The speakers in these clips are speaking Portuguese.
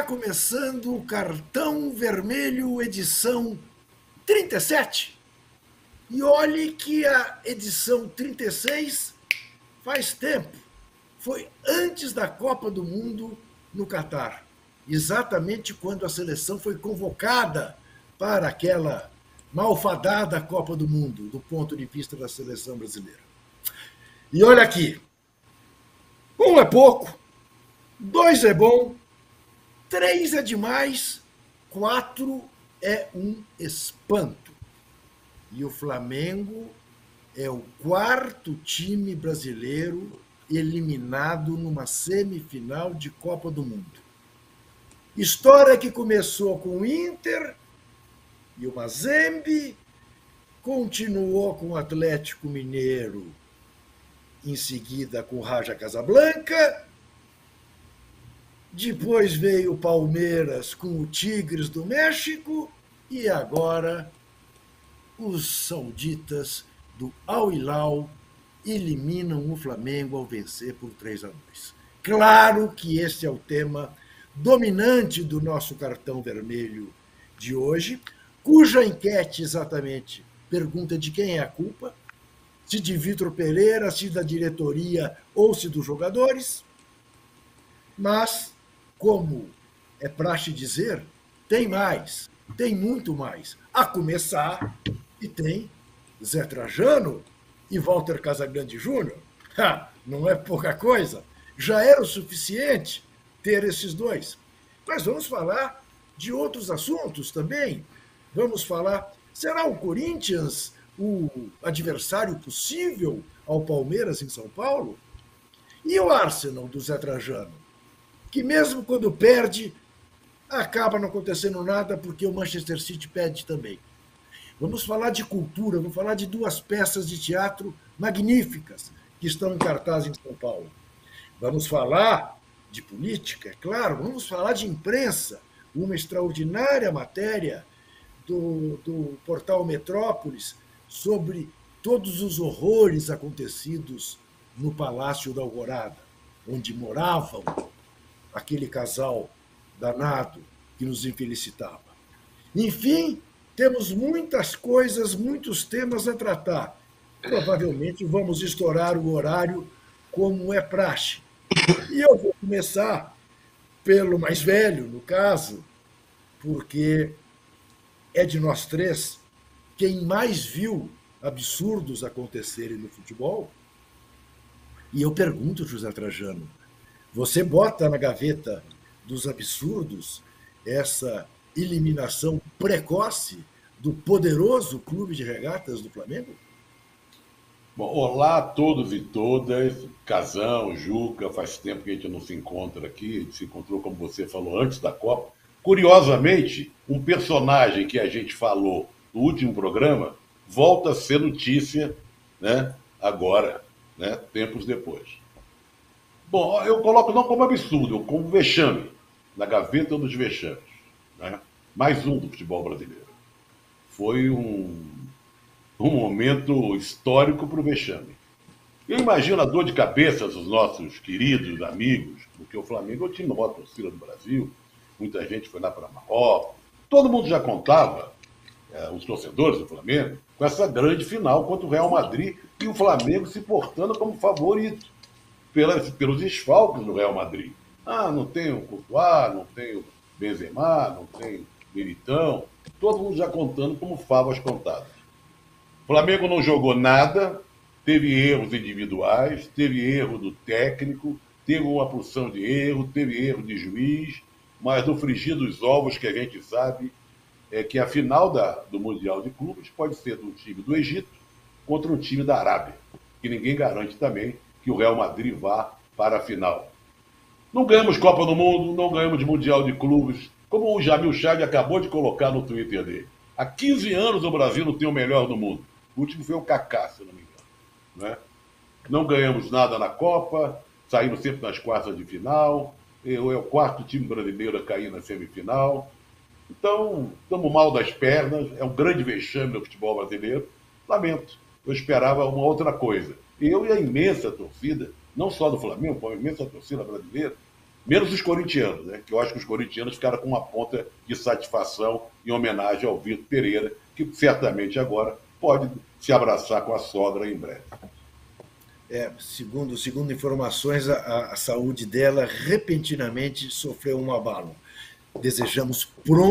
começando o Cartão Vermelho, edição 37. E olhe que a edição 36 faz tempo. Foi antes da Copa do Mundo no Catar. Exatamente quando a seleção foi convocada para aquela malfadada Copa do Mundo, do ponto de vista da seleção brasileira. E olha aqui. 1 é pouco, 2 é bom, 3 é demais, 4 é um espanto. E o Flamengo é o 4º time brasileiro eliminado numa semifinal de Copa do Mundo. História que começou com o Inter e o Mazembe, continuou com o Atlético Mineiro, em seguida com o Raja Casablanca, depois veio o Palmeiras com o Tigres do México e agora os sauditas do Al Hilal eliminam o Flamengo ao vencer por 3-2. Claro que esse é o tema dominante do nosso cartão vermelho de hoje, cuja enquete exatamente pergunta de quem é a culpa, se de Vitor Pereira, se da diretoria ou se dos jogadores. Mas, como é praxe dizer, tem mais, tem muito mais. A começar, e tem Zé Trajano e Walter Casagrande Júnior. Não é pouca coisa. Já era o suficiente ter esses dois. Mas vamos falar de outros assuntos também. Vamos falar, será o Corinthians o adversário possível ao Palmeiras em São Paulo? E o Arsenal do Zé Trajano, que mesmo quando perde, acaba não acontecendo nada porque o Manchester City perde também. Vamos falar de cultura, vamos falar de 2 peças de teatro magníficas que estão em cartaz em São Paulo. Vamos falar de política, é claro, vamos falar de imprensa, uma extraordinária matéria do portal Metrópolis sobre todos os horrores acontecidos no Palácio da Alvorada, onde moravam aquele casal danado que nos infelicitava. Enfim, temos muitas coisas, muitos temas a tratar. Provavelmente vamos estourar o horário como é praxe. E eu vou começar pelo mais velho, no caso, porque é de nós 3 quem mais viu absurdos acontecerem no futebol. E eu pergunto, José Trajano, você bota na gaveta dos absurdos essa eliminação precoce do poderoso Clube de Regatas do Flamengo? Bom, olá a todos e todas, Casão, Juca, faz tempo que a gente não se encontra aqui, a gente se encontrou, como você falou, antes da Copa. Curiosamente, um personagem que a gente falou no último programa volta a ser notícia, né, agora, né, tempos depois. Bom, eu coloco não como absurdo, eu como vexame, na gaveta dos vexames, né? Mais um do futebol brasileiro. Foi um momento histórico para o vexame. Eu imagino a dor de cabeça dos nossos queridos amigos, porque o Flamengo é o time da maior torcida do Brasil, muita gente foi lá para Marrocos, todo mundo já contava, os torcedores do Flamengo, com essa grande final contra o Real Madrid e o Flamengo se portando como favorito pelos desfalques do Real Madrid. Não tem o Courtois, não tem o Benzema, não tem o Militão, todo mundo já contando como favas contadas. O Flamengo não jogou nada, teve erros individuais, teve erro do técnico, teve uma porção de erro, teve erro de juiz, mas no frigir dos ovos que a gente sabe é que a final do Mundial de Clubes pode ser de um time do Egito contra um time da Arábia, que ninguém garante também que o Real Madrid vá para a final. Não ganhamos Copa do Mundo, não ganhamos de Mundial de Clubes, como o Jamil Chad acabou de colocar no Twitter dele. Há 15 anos o Brasil não tem o melhor do mundo. O último foi o Kaká, se não me engano. Né? Não ganhamos nada na Copa, saímos sempre nas quartas de final, é o 4º time brasileiro a cair na semifinal. Então, estamos mal das pernas, é um grande vexame no futebol brasileiro. Lamento, eu esperava uma outra coisa. Eu e a imensa torcida, não só do Flamengo, como a imensa torcida brasileira, Menos os corintianos, né? Que eu acho que os corintianos ficaram com uma ponta de satisfação em homenagem ao Vitor Pereira, que certamente agora pode se abraçar com a sogra em breve. Segundo informações, a saúde dela repentinamente sofreu um abalo. Desejamos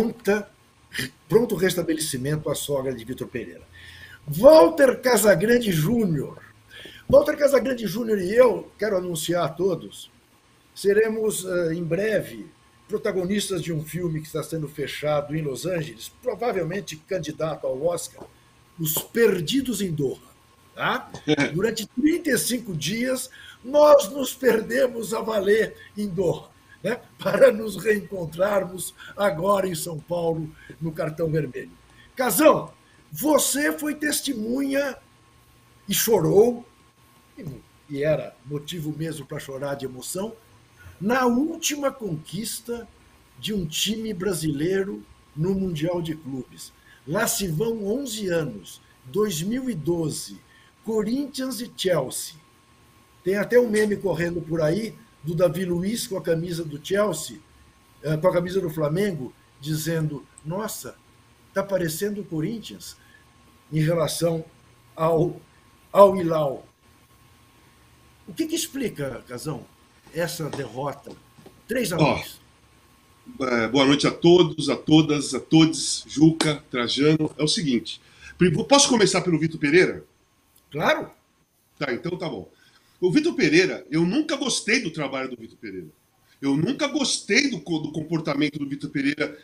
pronto restabelecimento à sogra de Vitor Pereira. Walter Casagrande Júnior. Walter Casagrande Júnior e eu, quero anunciar a todos, seremos em breve protagonistas de um filme que está sendo fechado em Los Angeles, provavelmente candidato ao Oscar, Os Perdidos em Doha. Tá? Durante 35 dias, nós nos perdemos a valer em Doha, né? Para nos reencontrarmos agora em São Paulo, no Cartão Vermelho. Casão, você foi testemunha e chorou, e era motivo mesmo para chorar de emoção, na última conquista de um time brasileiro no Mundial de Clubes. Lá se vão 11 anos, 2012, Corinthians e Chelsea. Tem até um meme correndo por aí do Davi Luiz com a camisa do Chelsea, com a camisa do Flamengo, dizendo: nossa, está parecendo o Corinthians em relação ao Hilal. O que explica, Casão, essa derrota? 3-2. Boa noite a todos, a todas, a todos, Juca, Trajano. É o seguinte, posso começar pelo Vitor Pereira? Claro. Tá, então tá bom. O Vitor Pereira, eu nunca gostei do trabalho do Vitor Pereira. Eu nunca gostei do comportamento do Vitor Pereira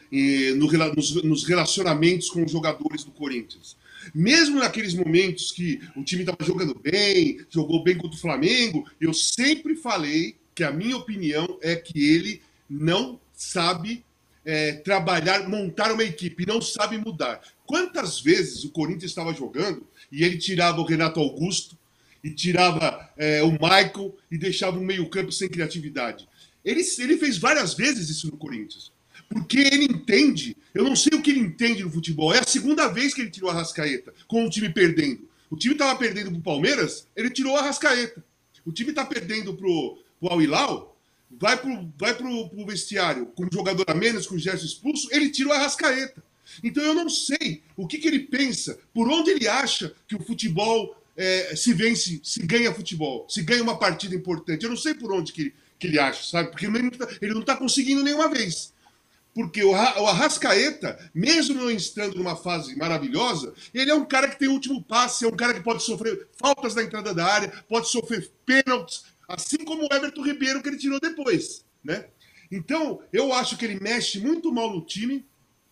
nos relacionamentos com os jogadores do Corinthians. Mesmo naqueles momentos que o time estava jogando bem, jogou bem contra o Flamengo, eu sempre falei que a minha opinião é que ele não sabe trabalhar, montar uma equipe, não sabe mudar. Quantas vezes o Corinthians estava jogando e ele tirava o Renato Augusto, e tirava o Michael, e deixava um meio-campo sem criatividade? Ele fez várias vezes isso no Corinthians. Porque ele entende, eu não sei o que ele entende no futebol, é a segunda vez que ele tirou a Arrascaeta, com o time perdendo. O time estava perdendo para o Palmeiras, ele tirou a Arrascaeta. O time está perdendo para o Al Hilal, vai pro vestiário com um jogador a menos, com o Gerson expulso, ele tirou a Arrascaeta. Então eu não sei o que ele pensa, por onde ele acha que o futebol se vence, se ganha futebol, se ganha uma partida importante. Eu não sei por onde que ele acha, sabe? Porque ele não está conseguindo nenhuma vez. Porque o Arrascaeta, mesmo não estando numa fase maravilhosa, ele é um cara que tem o último passe, é um cara que pode sofrer faltas na entrada da área, pode sofrer pênaltis, assim como o Everton Ribeiro, que ele tirou depois, né? Então, eu acho que ele mexe muito mal no time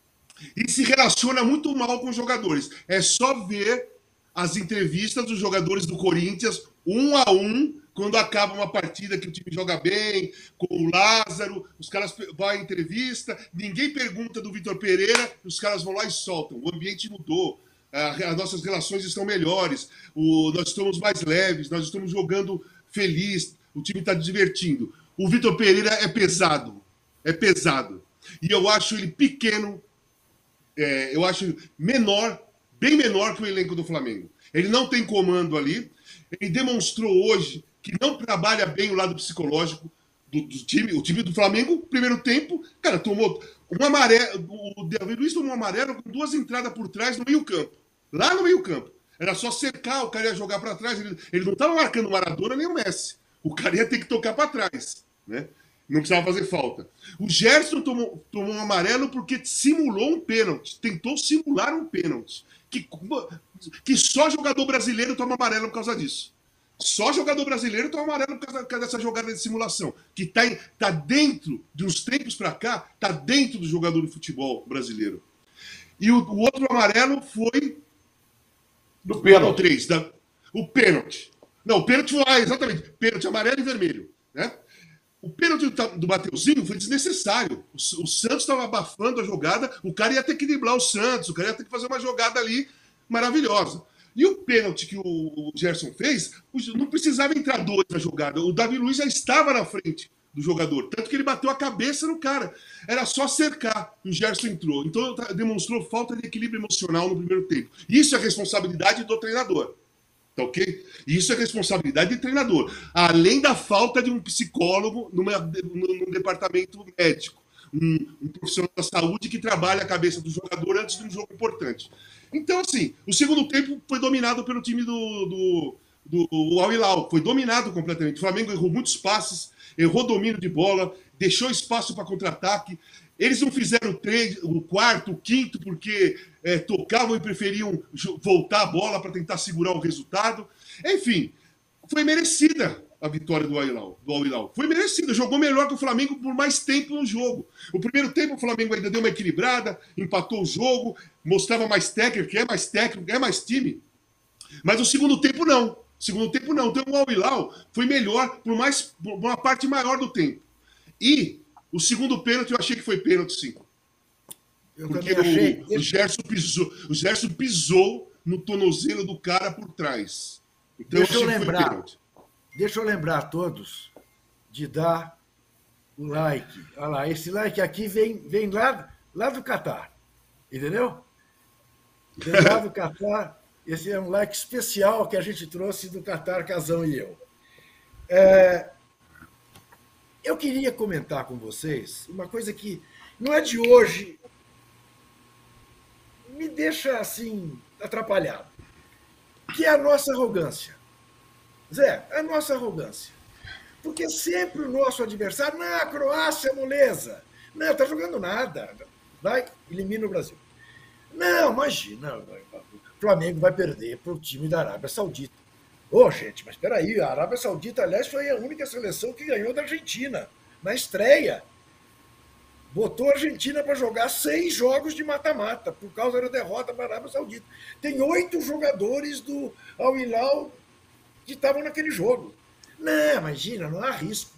e se relaciona muito mal com os jogadores. É só ver as entrevistas dos jogadores do Corinthians, 1 a 1, quando acaba uma partida que o time joga bem, com o Lázaro, os caras vão à entrevista, ninguém pergunta do Vitor Pereira, os caras vão lá e soltam. O ambiente mudou, as nossas relações estão melhores, nós estamos mais leves, nós estamos jogando feliz, o time está divertindo. O Vitor Pereira é pesado. E eu acho ele pequeno, eu acho menor, bem menor que o elenco do Flamengo. Ele não tem comando ali, ele demonstrou hoje que não trabalha bem o lado psicológico do time. O time do Flamengo, primeiro tempo, cara, tomou um amarelo. O Davi Luiz tomou um amarelo com 2 entradas por trás no meio-campo. Lá no meio-campo. Era só cercar, o cara ia jogar para trás. Ele não estava marcando o Maradona nem o Messi. O cara ia ter que tocar para trás, né? Não precisava fazer falta. O Gerson tomou um amarelo porque simulou um pênalti. Tentou simular um pênalti. Que só jogador brasileiro toma amarelo por causa disso. Só jogador brasileiro toma amarelo por causa dessa jogada de simulação. Que tá dentro, de uns tempos para cá, tá dentro do jogador de futebol brasileiro. E o outro amarelo foi do pênalti. 3, o pênalti. Não, o pênalti foi, exatamente, pênalti amarelo e vermelho, né? O pênalti do Mateuzinho foi desnecessário. O Santos estava abafando a jogada, o cara ia ter que driblar o Santos, o cara ia ter que fazer uma jogada ali maravilhosa. E o pênalti que o Gerson fez, não precisava entrar 2 na jogada. O Davi Luiz já estava na frente do jogador, tanto que ele bateu a cabeça no cara. Era só cercar e o Gerson entrou. Então demonstrou falta de equilíbrio emocional no primeiro tempo. Isso é responsabilidade do treinador. Tá ok? E isso é responsabilidade do treinador. Além da falta de um psicólogo num departamento médico. Um profissional da saúde que trabalha a cabeça do jogador antes de um jogo importante. Então, assim, o segundo tempo foi dominado pelo time do Al Hilal. Foi dominado completamente. O Flamengo errou muitos passes, errou domínio de bola, deixou espaço para contra-ataque. Eles não fizeram o quarto, o quinto, porque tocavam e preferiam voltar a bola para tentar segurar o resultado. Enfim, foi merecida a vitória do Al Hilal. Foi merecida, jogou melhor que o Flamengo por mais tempo no jogo. O primeiro tempo o Flamengo ainda deu uma equilibrada, empatou o jogo, mostrava mais técnico, é mais time. Mas o segundo tempo não. Então o Al Hilal foi melhor por uma parte maior do tempo. E o segundo pênalti eu achei que foi pênalti, sim. Porque o Gerson pisou no tornozelo do cara por trás. Então Deixa eu lembrar a todos de dar o like. Olha lá, esse like aqui vem lá do Catar. Entendeu? Vem lá do Catar. Esse é um like especial que a gente trouxe do Catar, Casão e eu. Eu queria comentar com vocês uma coisa que não é de hoje, me deixa assim atrapalhado, que é a nossa arrogância. Zé, a nossa arrogância. Porque sempre o nosso adversário, não, a Croácia é moleza. Não, está jogando nada. Vai, elimina o Brasil. Não, imagina, o Flamengo vai perder para o time da Arábia Saudita. Gente, mas espera aí, a Arábia Saudita, aliás, foi a única seleção que ganhou da Argentina, na estreia. Botou a Argentina para jogar 6 jogos de mata-mata, por causa da derrota para a Arábia Saudita. Tem 8 jogadores do Al Hilal que estavam naquele jogo. Não, imagina, não há risco.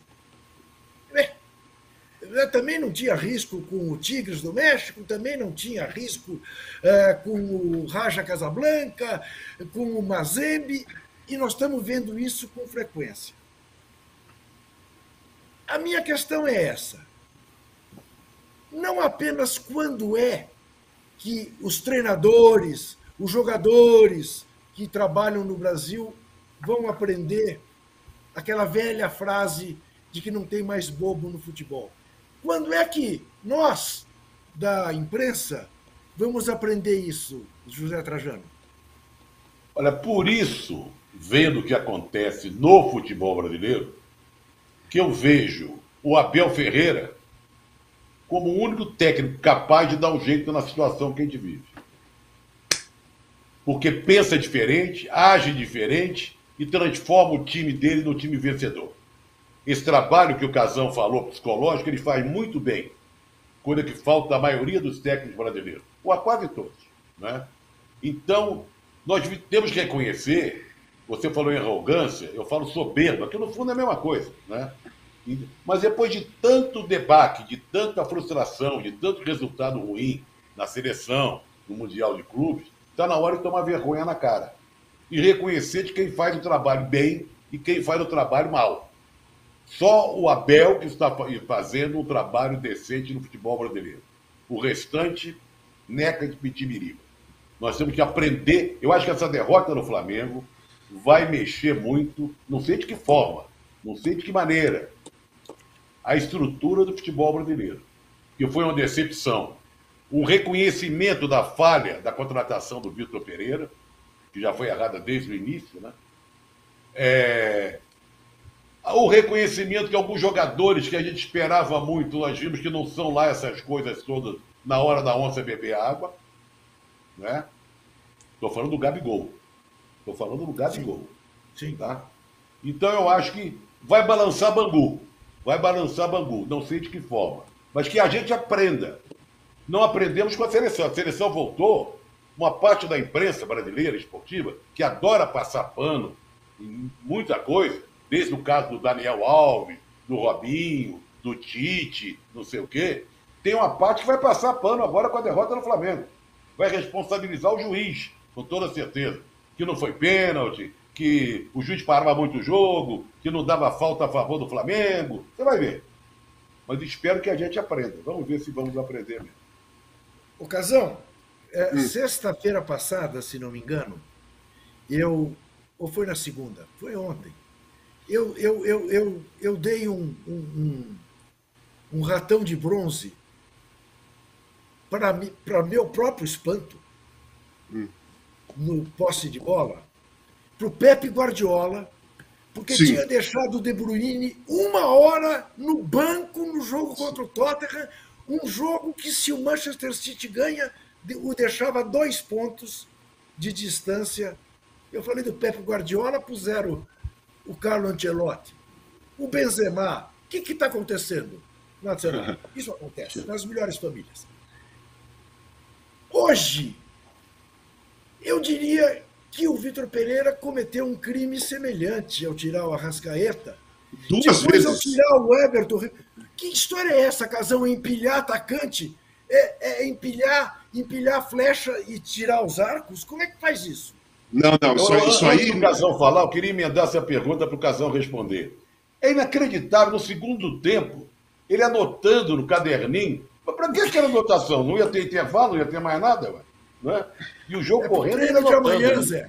Também não tinha risco com o Tigres do México, também não tinha risco com o Raja Casablanca, com o Mazembe, e nós estamos vendo isso com frequência. A minha questão é essa. Não apenas quando é que os treinadores, os jogadores que trabalham no Brasil vão aprender aquela velha frase de que não tem mais bobo no futebol. Quando é que nós, da imprensa, vamos aprender isso, José Trajano? Olha, por isso, vendo o que acontece no futebol brasileiro, que eu vejo o Abel Ferreira como o único técnico capaz de dar um jeito na situação que a gente vive. Porque pensa diferente, age diferente e transforma o time dele no time vencedor. Esse trabalho que o Casão falou, psicológico, ele faz muito bem. Coisa que falta a maioria dos técnicos brasileiros, ou a quase todos. Né? Então, nós temos que reconhecer, você falou em arrogância, eu falo soberba, que no fundo é a mesma coisa. Né? Mas depois de tanto debate, de tanta frustração, de tanto resultado ruim na seleção, no Mundial de Clubes, está na hora de tomar vergonha na cara. E reconhecer de quem faz o trabalho bem e quem faz o trabalho mal. Só o Abel que está fazendo um trabalho decente no futebol brasileiro. O restante, neca de pitibiriba. Nós temos que aprender. Eu acho que essa derrota no Flamengo vai mexer muito, não sei de que forma, não sei de que maneira, a estrutura do futebol brasileiro. Que foi uma decepção. Um reconhecimento da falha da contratação do Vitor Pereira, que já foi errada desde o início, né? O reconhecimento que alguns jogadores que a gente esperava muito, nós vimos que não são lá essas coisas todas na hora da onça beber água. Né? Estou falando do Gabigol. Sim. Tá? Então eu acho que vai balançar Bangu. Não sei de que forma. Mas que a gente aprenda. Não aprendemos com a seleção. A seleção voltou, uma parte da imprensa brasileira, esportiva, que adora passar pano em muita coisa, desde o caso do Daniel Alves, do Robinho, do Tite, não sei o quê, tem uma parte que vai passar pano agora com a derrota no Flamengo. Vai responsabilizar o juiz, com toda certeza, que não foi pênalti, que o juiz parava muito o jogo, que não dava falta a favor do Flamengo. Você vai ver. Mas espero que a gente aprenda. Vamos ver se vamos aprender mesmo. Ô, Casão, sexta-feira passada, se não me engano, eu ou foi na segunda? Foi ontem. Eu dei um ratão de bronze para meu próprio espanto, no posse de bola, para o Pepe Guardiola, porque Sim. tinha deixado o De Bruyne 1 hora no banco no jogo contra o Tottenham, um jogo que, se o Manchester City ganha, o deixava 2 pontos de distância. Eu falei do Pepe Guardiola, puseram o Carlo Ancelotti, o Benzema. O que está acontecendo no Nacional? Isso acontece nas melhores famílias. Hoje, eu diria que o Vitor Pereira cometeu um crime semelhante ao tirar o Arrascaeta. Duas depois vezes. ao tirar o Everton. Que história é essa, Casão? Empilhar atacante? Empilhar a flecha e tirar os arcos? Como é que faz isso? Não, isso aí... Antes do Casão falar, eu queria emendar essa pergunta para o Casão responder. É inacreditável, no segundo tempo, ele anotando no caderninho. Mas para que aquela anotação? Não ia ter intervalo, não ia ter mais nada, ué, não é? E o jogo correndo, ele treino de anotando. amanhã, Zé.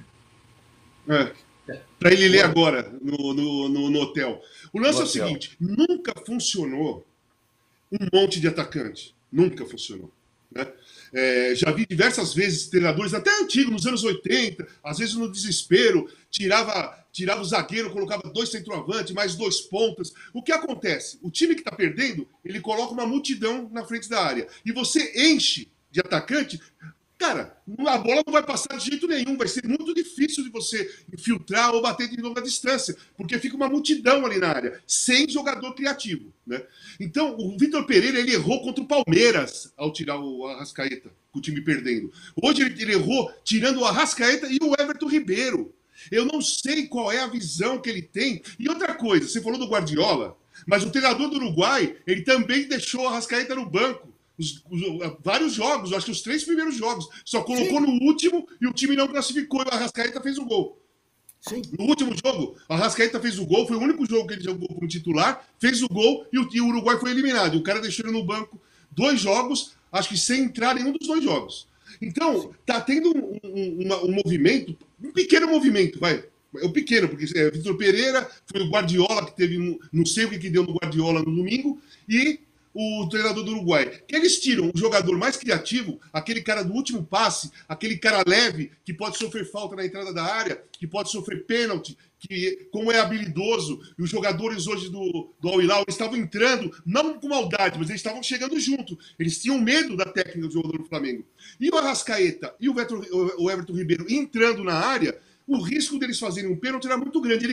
Para ele ler agora no hotel. O lance No é o hotel. seguinte: nunca funcionou um monte de atacante. Nunca funcionou. Né? Já vi diversas vezes treinadores, até antigos, nos anos 80, às vezes no desespero, tirava o zagueiro, colocava 2 centroavantes, mais 2 pontas. O que acontece? O time que está perdendo, ele coloca uma multidão na frente da área. E você enche de atacante. Cara, a bola não vai passar de jeito nenhum, vai ser muito difícil de você infiltrar ou bater de longa distância, porque fica uma multidão ali na área, sem jogador criativo, né? Então, o Vitor Pereira, ele errou contra o Palmeiras ao tirar o Arrascaeta, com o time perdendo. Hoje ele errou tirando o Arrascaeta e o Everton Ribeiro. Eu não sei qual é a visão que ele tem. E outra coisa, você falou do Guardiola, mas o treinador do Uruguai, ele também deixou o Arrascaeta no banco. Vários jogos, acho que os 3 primeiros jogos. Só colocou no último e o time não classificou. E o Arrascaeta fez o gol. Sim. No último jogo, o Arrascaeta fez o gol. Foi o único jogo que ele jogou como titular. Fez o gol e o Uruguai foi eliminado. E o cara deixou ele no banco 2 jogos, acho que sem entrar nenhum dos 2 jogos. Então, tá tendo um movimento, um pequeno movimento, vai. É o pequeno, porque Vitor Pereira, foi o Guardiola que teve, não sei o que deu no Guardiola no domingo, e o treinador do Uruguai. Que eles tiram o jogador mais criativo, aquele cara do último passe, aquele cara leve, que pode sofrer falta na entrada da área, que pode sofrer pênalti, que como é habilidoso, e os jogadores hoje do Al Hilal estavam entrando, não com maldade, mas eles estavam chegando junto. Eles tinham medo da técnica do jogador do Flamengo. E o Arrascaeta e o Everton Ribeiro entrando na área, o risco deles fazerem um pênalti era muito grande. Ele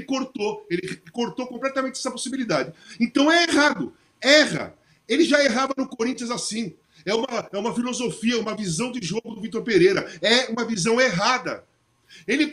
cortou completamente essa possibilidade. Então é errado. Erra. Ele já errava no Corinthians assim. É uma filosofia, uma visão de jogo do Vitor Pereira. É uma visão errada. Ele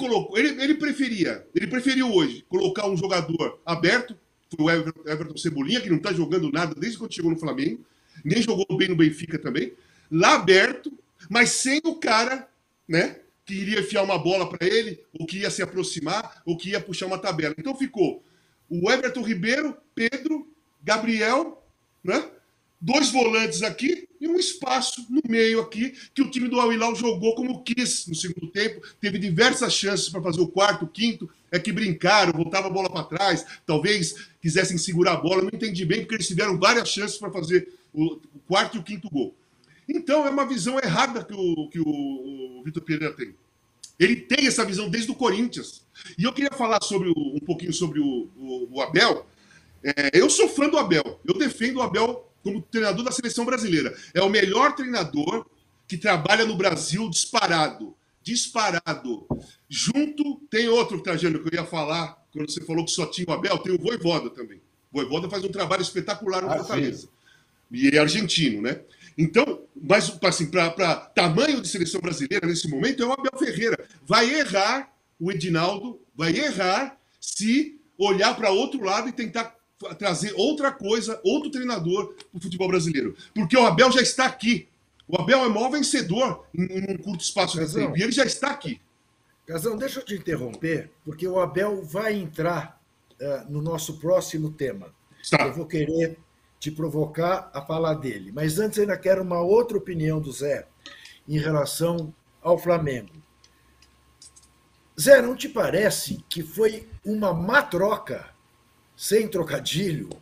preferiu hoje colocar um jogador aberto, foi o Everton Cebolinha, que não está jogando nada desde quando chegou no Flamengo, nem jogou bem no Benfica também, lá aberto, mas sem o cara, né, que iria enfiar uma bola para ele, ou que ia se aproximar, ou que ia puxar uma tabela. Então ficou o Everton Ribeiro, Pedro, Gabriel, né? 2 volantes aqui e um espaço no meio aqui, que o time do Al Hilal jogou como quis no segundo tempo. Teve diversas chances para fazer o 4º, 5º, é que brincaram, voltava a bola para trás, talvez quisessem segurar a bola, não entendi bem, porque eles tiveram várias chances para fazer o 4º e o 5º gol. Então é uma visão errada que o Vitor Pereira tem. Ele tem essa visão desde o Corinthians. E eu queria falar um pouquinho sobre o Abel. Eu sou fã do Abel, eu defendo o Abel como treinador da seleção brasileira. É o melhor treinador que trabalha no Brasil disparado. Disparado. Junto, tem outro, Trajano, que eu ia falar, quando você falou que só tinha o Abel, tem o Vojvoda também. O Vojvoda faz um trabalho espetacular no Fortaleza. E é argentino, né? Então, mas assim, para tamanho de seleção brasileira nesse momento, é o Abel Ferreira. Vai errar o Edinaldo, vai errar se olhar para outro lado e tentar trazer outra coisa, outro treinador para o futebol brasileiro. Porque o Abel já está aqui. O Abel é o maior vencedor em um curto espaço de tempo. E ele já está aqui. Casão, deixa eu te interromper, porque o Abel vai entrar no nosso próximo tema. Tá. Eu vou querer te provocar a falar dele. Mas antes ainda quero uma outra opinião do Zé em relação ao Flamengo. Zé, não te parece que foi uma má troca, sem trocadilho,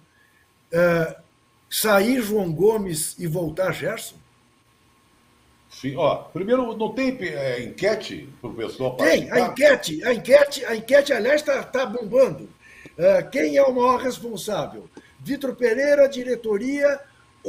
sair João Gomes e voltar Gerson? Sim, ó, primeiro, não tem enquete para o pessoal Tem, participar? a enquete, aliás, está bombando. Quem é o maior responsável? Vitor Pereira, diretoria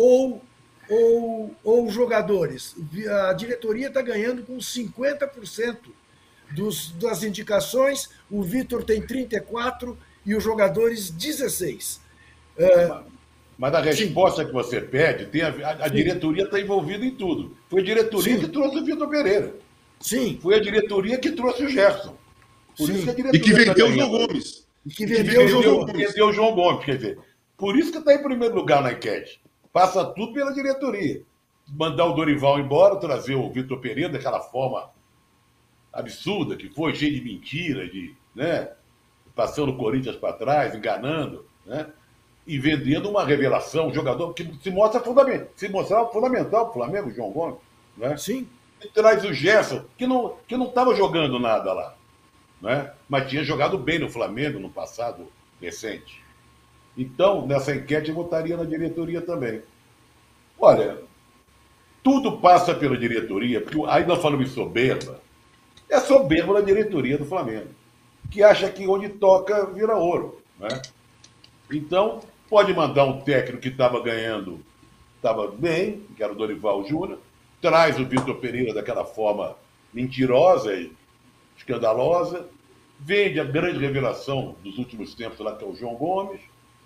ou jogadores? A diretoria está ganhando com 50% das indicações, o Vitor tem 34% e os jogadores 16%. Mas a Sim, resposta que você pede, a diretoria está envolvida em tudo. Foi a diretoria sim, que trouxe o Vitor Pereira. sim, Foi a diretoria que trouxe o Gerson. Por isso que a sim. E que diretoria está vendeu o João ganhando. Gomes. E que vendeu o João Gomes. Vendeu o João Gomes, quer dizer. Por isso que está em primeiro lugar na enquete. Passa tudo pela diretoria. Mandar o Dorival embora, trazer o Vitor Pereira daquela forma absurda que foi, cheio de mentira, né? Passando o Corinthians para trás, enganando, né? E vendendo uma revelação, um jogador que se mostra fundamental, fundamental para o Flamengo, João Gomes, né? Sim. E traz o Gerson, que não estava jogando nada lá, né? Mas tinha jogado bem no Flamengo no passado recente. Então, nessa enquete, eu votaria na diretoria também. Olha, tudo passa pela diretoria, porque aí nós falamos em soberba, é soberba da diretoria do Flamengo, que acha que onde toca vira ouro, né? Então, pode mandar um técnico que estava ganhando, estava bem, que era o Dorival Júnior, traz o Vitor Pereira daquela forma mentirosa e escandalosa, vende a grande revelação dos últimos tempos lá, que é o João Gomes,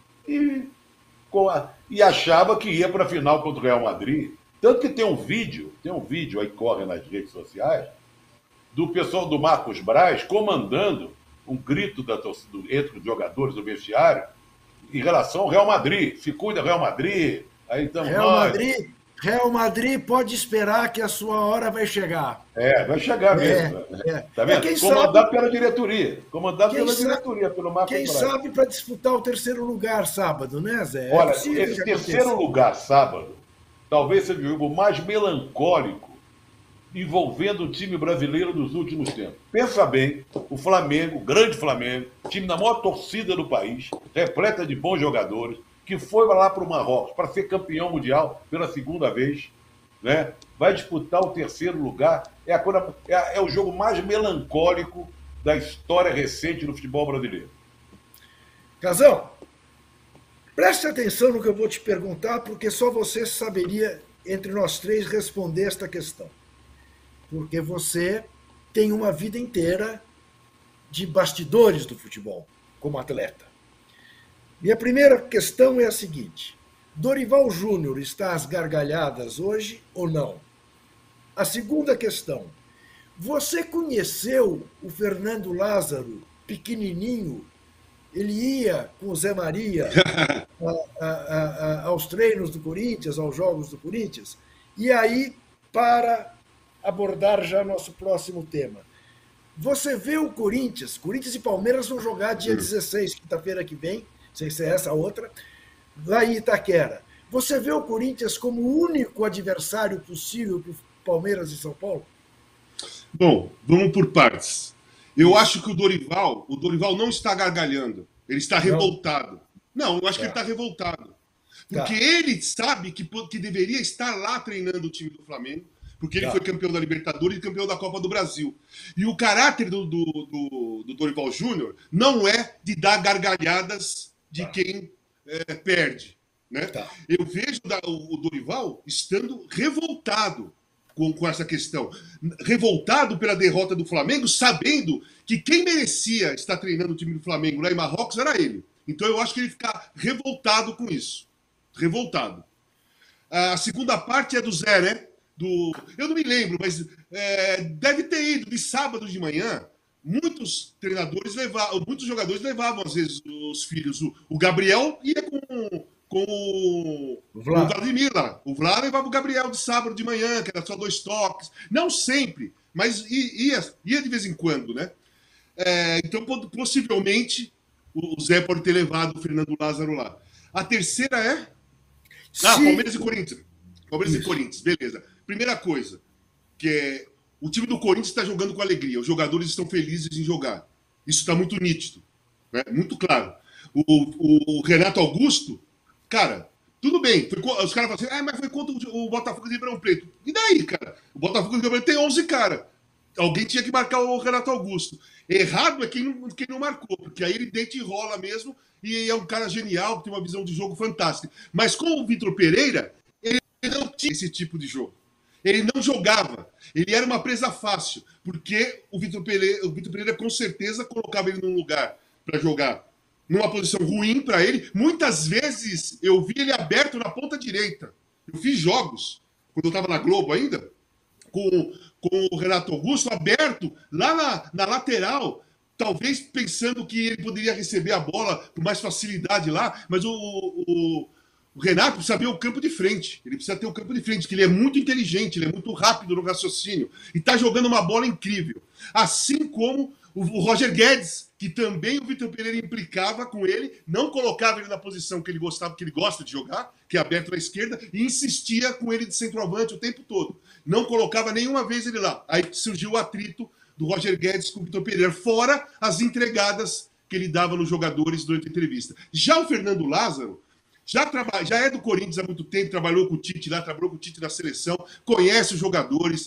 e achava que ia para a final contra o Real Madrid. Tanto que tem um vídeo aí que corre nas redes sociais, do pessoal do Marcos Braz comandando um grito entre os jogadores do vestiário em relação ao Real Madrid. Se cuida, Real Madrid. Aí estamos Real Madrid pode esperar que a sua hora vai chegar. Vai chegar mesmo. Tá vendo? Comandado pela diretoria. Comandado pela diretoria, pelo Marcos Braz. Quem sabe para disputar o terceiro lugar sábado, né, Zé? Olha, esse terceiro lugar sábado talvez seja o jogo mais melancólico envolvendo o time brasileiro dos últimos tempos. Pensa bem, o Flamengo, o grande Flamengo, time da maior torcida do país, repleta de bons jogadores, que foi lá para o Marrocos para ser campeão mundial pela segunda vez, né? Vai disputar o terceiro lugar. É o jogo mais melancólico da história recente do futebol brasileiro. Casão, preste atenção no que eu vou te perguntar, porque só você saberia, entre nós três, responder esta questão. Porque você tem uma vida inteira de bastidores do futebol, como atleta. Minha primeira questão é a seguinte: Dorival Júnior está às gargalhadas hoje ou não? A segunda questão: você conheceu o Fernando Lázaro pequenininho? Ele ia com o Zé Maria aos treinos do Corinthians, aos jogos do Corinthians? E aí, para abordar já nosso próximo tema, você vê o Corinthians e Palmeiras vão jogar dia 16, quinta-feira que vem, sem ser essa outra, lá em Itaquera. Você vê o Corinthians como o único adversário possível para o Palmeiras e São Paulo? Bom, vamos por partes. Eu acho que o Dorival não está gargalhando, ele está revoltado. Não, eu acho que ele está revoltado. Porque ele sabe que deveria estar lá treinando o time do Flamengo, porque ele foi campeão da Libertadores e campeão da Copa do Brasil. E o caráter do Dorival Júnior não é de dar gargalhadas de quem perde. Né? Eu vejo o Dorival estando revoltado com essa questão. Revoltado pela derrota do Flamengo, sabendo que quem merecia estar treinando o time do Flamengo lá em Marrocos era ele. Então eu acho que ele fica revoltado com isso. Revoltado. A segunda parte é do Zé, né? Eu não me lembro, mas deve ter ido de sábado de manhã. Muitos jogadores levavam, às vezes, os filhos. O Gabriel ia com o Vladimir lá. O Vlad levava o Gabriel de sábado de manhã, que era só 2 toques. Não sempre, mas ia de vez em quando, né? Então, possivelmente, o Zé pode ter levado o Fernando Lázaro lá. A terceira é... Palmeiras e Corinthians. Palmeiras e Corinthians, beleza. Primeira coisa, que é o time do Corinthians está jogando com alegria, os jogadores estão felizes em jogar. Isso está muito nítido, né? Muito claro. O Renato Augusto, cara, tudo bem. Os caras falam assim, mas foi contra o Botafogo de Ribeirão Preto. E daí, cara? O Botafogo de Ribeirão Preto tem 11 caras. Alguém tinha que marcar o Renato Augusto. Errado é quem não marcou, porque aí ele deita e rola mesmo, e é um cara genial, que tem uma visão de jogo fantástica. Mas com o Vitor Pereira, ele não tinha esse tipo de jogo. Ele não jogava. Ele era uma presa fácil, porque o Vitor Pereira com certeza colocava ele num lugar para jogar numa posição ruim para ele. Muitas vezes eu vi ele aberto na ponta direita. Eu fiz jogos, quando eu estava na Globo ainda, com o Renato Augusto aberto lá na lateral, talvez pensando que ele poderia receber a bola com mais facilidade lá, mas o Renato precisa ver o campo de frente. Ele precisa ter o campo de frente, porque ele é muito inteligente, ele é muito rápido no raciocínio e está jogando uma bola incrível. Assim como o Roger Guedes, que também o Vitor Pereira implicava com ele, não colocava ele na posição que ele gostava, que ele gosta de jogar, que é aberto na esquerda, e insistia com ele de centroavante o tempo todo. Não colocava nenhuma vez ele lá. Aí surgiu o atrito do Roger Guedes com o Vitor Pereira, fora as entregadas que ele dava nos jogadores durante a entrevista. Já o Fernando Lázaro já é do Corinthians há muito tempo, trabalhou com o Tite lá, trabalhou com o Tite na seleção, conhece os jogadores.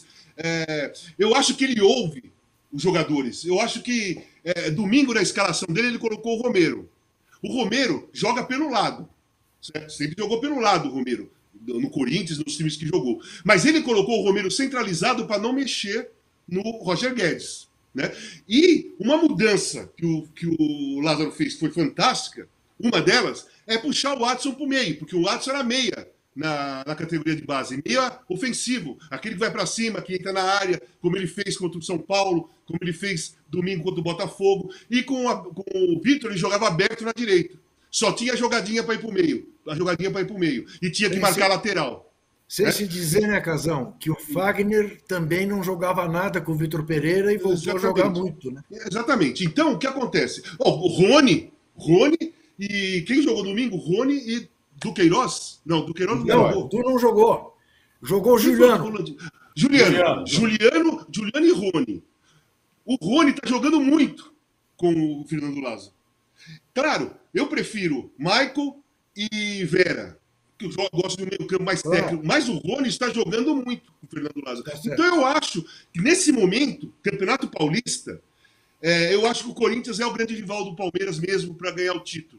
Eu acho que ele ouve os jogadores. Eu acho que domingo na escalação dele ele colocou o Romero. O Romero joga pelo lado. Certo? Sempre jogou pelo lado o Romero. No Corinthians, nos times que jogou. Mas ele colocou o Romero centralizado para não mexer no Roger Guedes. Né? E uma mudança que o Lázaro fez que foi fantástica, uma delas é puxar o Watson para o meio, porque o Watson era meia na categoria de base, meia ofensivo, aquele que vai para cima, que entra na área, como ele fez contra o São Paulo, como ele fez domingo contra o Botafogo, e com o Vitor ele jogava aberto na direita. Só tinha a jogadinha para ir para o meio, e tinha que marcar a lateral. Sem se dizer, né, Casão, que o Fagner também não jogava nada com o Vitor Pereira e voltou a jogar muito, né? Exatamente. Então, o que acontece? O Rony e quem jogou domingo? Rony e Duqueiroz? Não, Duqueiroz não jogou. Tu não jogou. Jogou o Juliano. Juliano e Rony. O Rony está jogando muito com o Fernando Lázaro. Claro, eu prefiro Michael e Vera, que eu gosto do meio campo mais técnico, mas o Rony está jogando muito com o Fernando Lázaro. Então eu acho que nesse momento, Campeonato Paulista, eu acho que o Corinthians é o grande rival do Palmeiras mesmo para ganhar o título.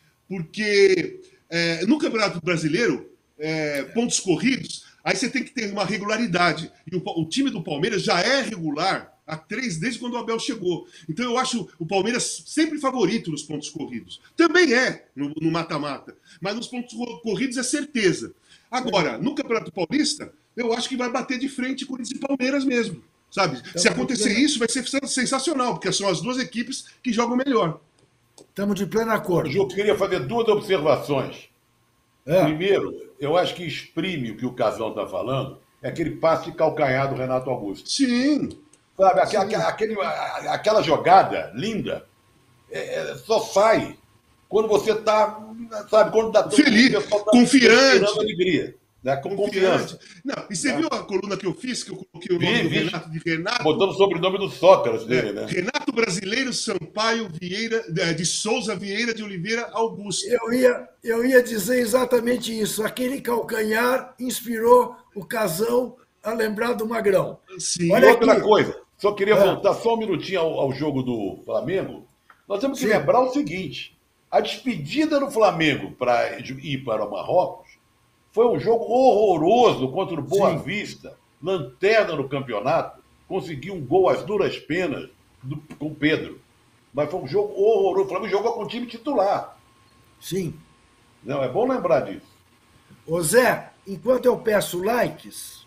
Porque no Campeonato Brasileiro, pontos corridos, aí você tem que ter uma regularidade. E o time do Palmeiras já é regular desde quando o Abel chegou. Então eu acho o Palmeiras sempre favorito nos pontos corridos. Também é no mata-mata, mas nos pontos corridos é certeza. Agora, no Campeonato Paulista, eu acho que vai bater de frente Corinthians e Palmeiras mesmo. Sabe? Se acontecer isso, vai ser sensacional, porque são as duas equipes que jogam melhor. Estamos de pleno acordo. Eu queria fazer duas observações. Primeiro, eu acho que exprime o que o Casão está falando, é aquele passe de calcanhar do Renato Augusto. Sim. Sabe, aquela jogada linda só sai quando você está, sabe, quando dá feliz, confiante, alegria. Né, com confiança. Não, e você viu a coluna que eu fiz, que eu coloquei o nome do Renato de Renato? Botando o sobrenome do Sócrates dele, né? Renato Brasileiro Sampaio Vieira, de Souza Vieira de Oliveira Augusto. Eu ia dizer exatamente isso. Aquele calcanhar inspirou o Casão a lembrar do Magrão. Sim. Olha outra coisa, só queria voltar só um minutinho ao jogo do Flamengo. Nós temos que lembrar o seguinte: a despedida do Flamengo para ir para o Marrocos foi um jogo horroroso contra o Boa Vista, lanterna no campeonato, conseguiu um gol às duras penas com o Pedro. Mas foi um jogo horroroso. O Flamengo jogou com o time titular. Sim. Não, é bom lembrar disso. Ô Zé, enquanto eu peço likes,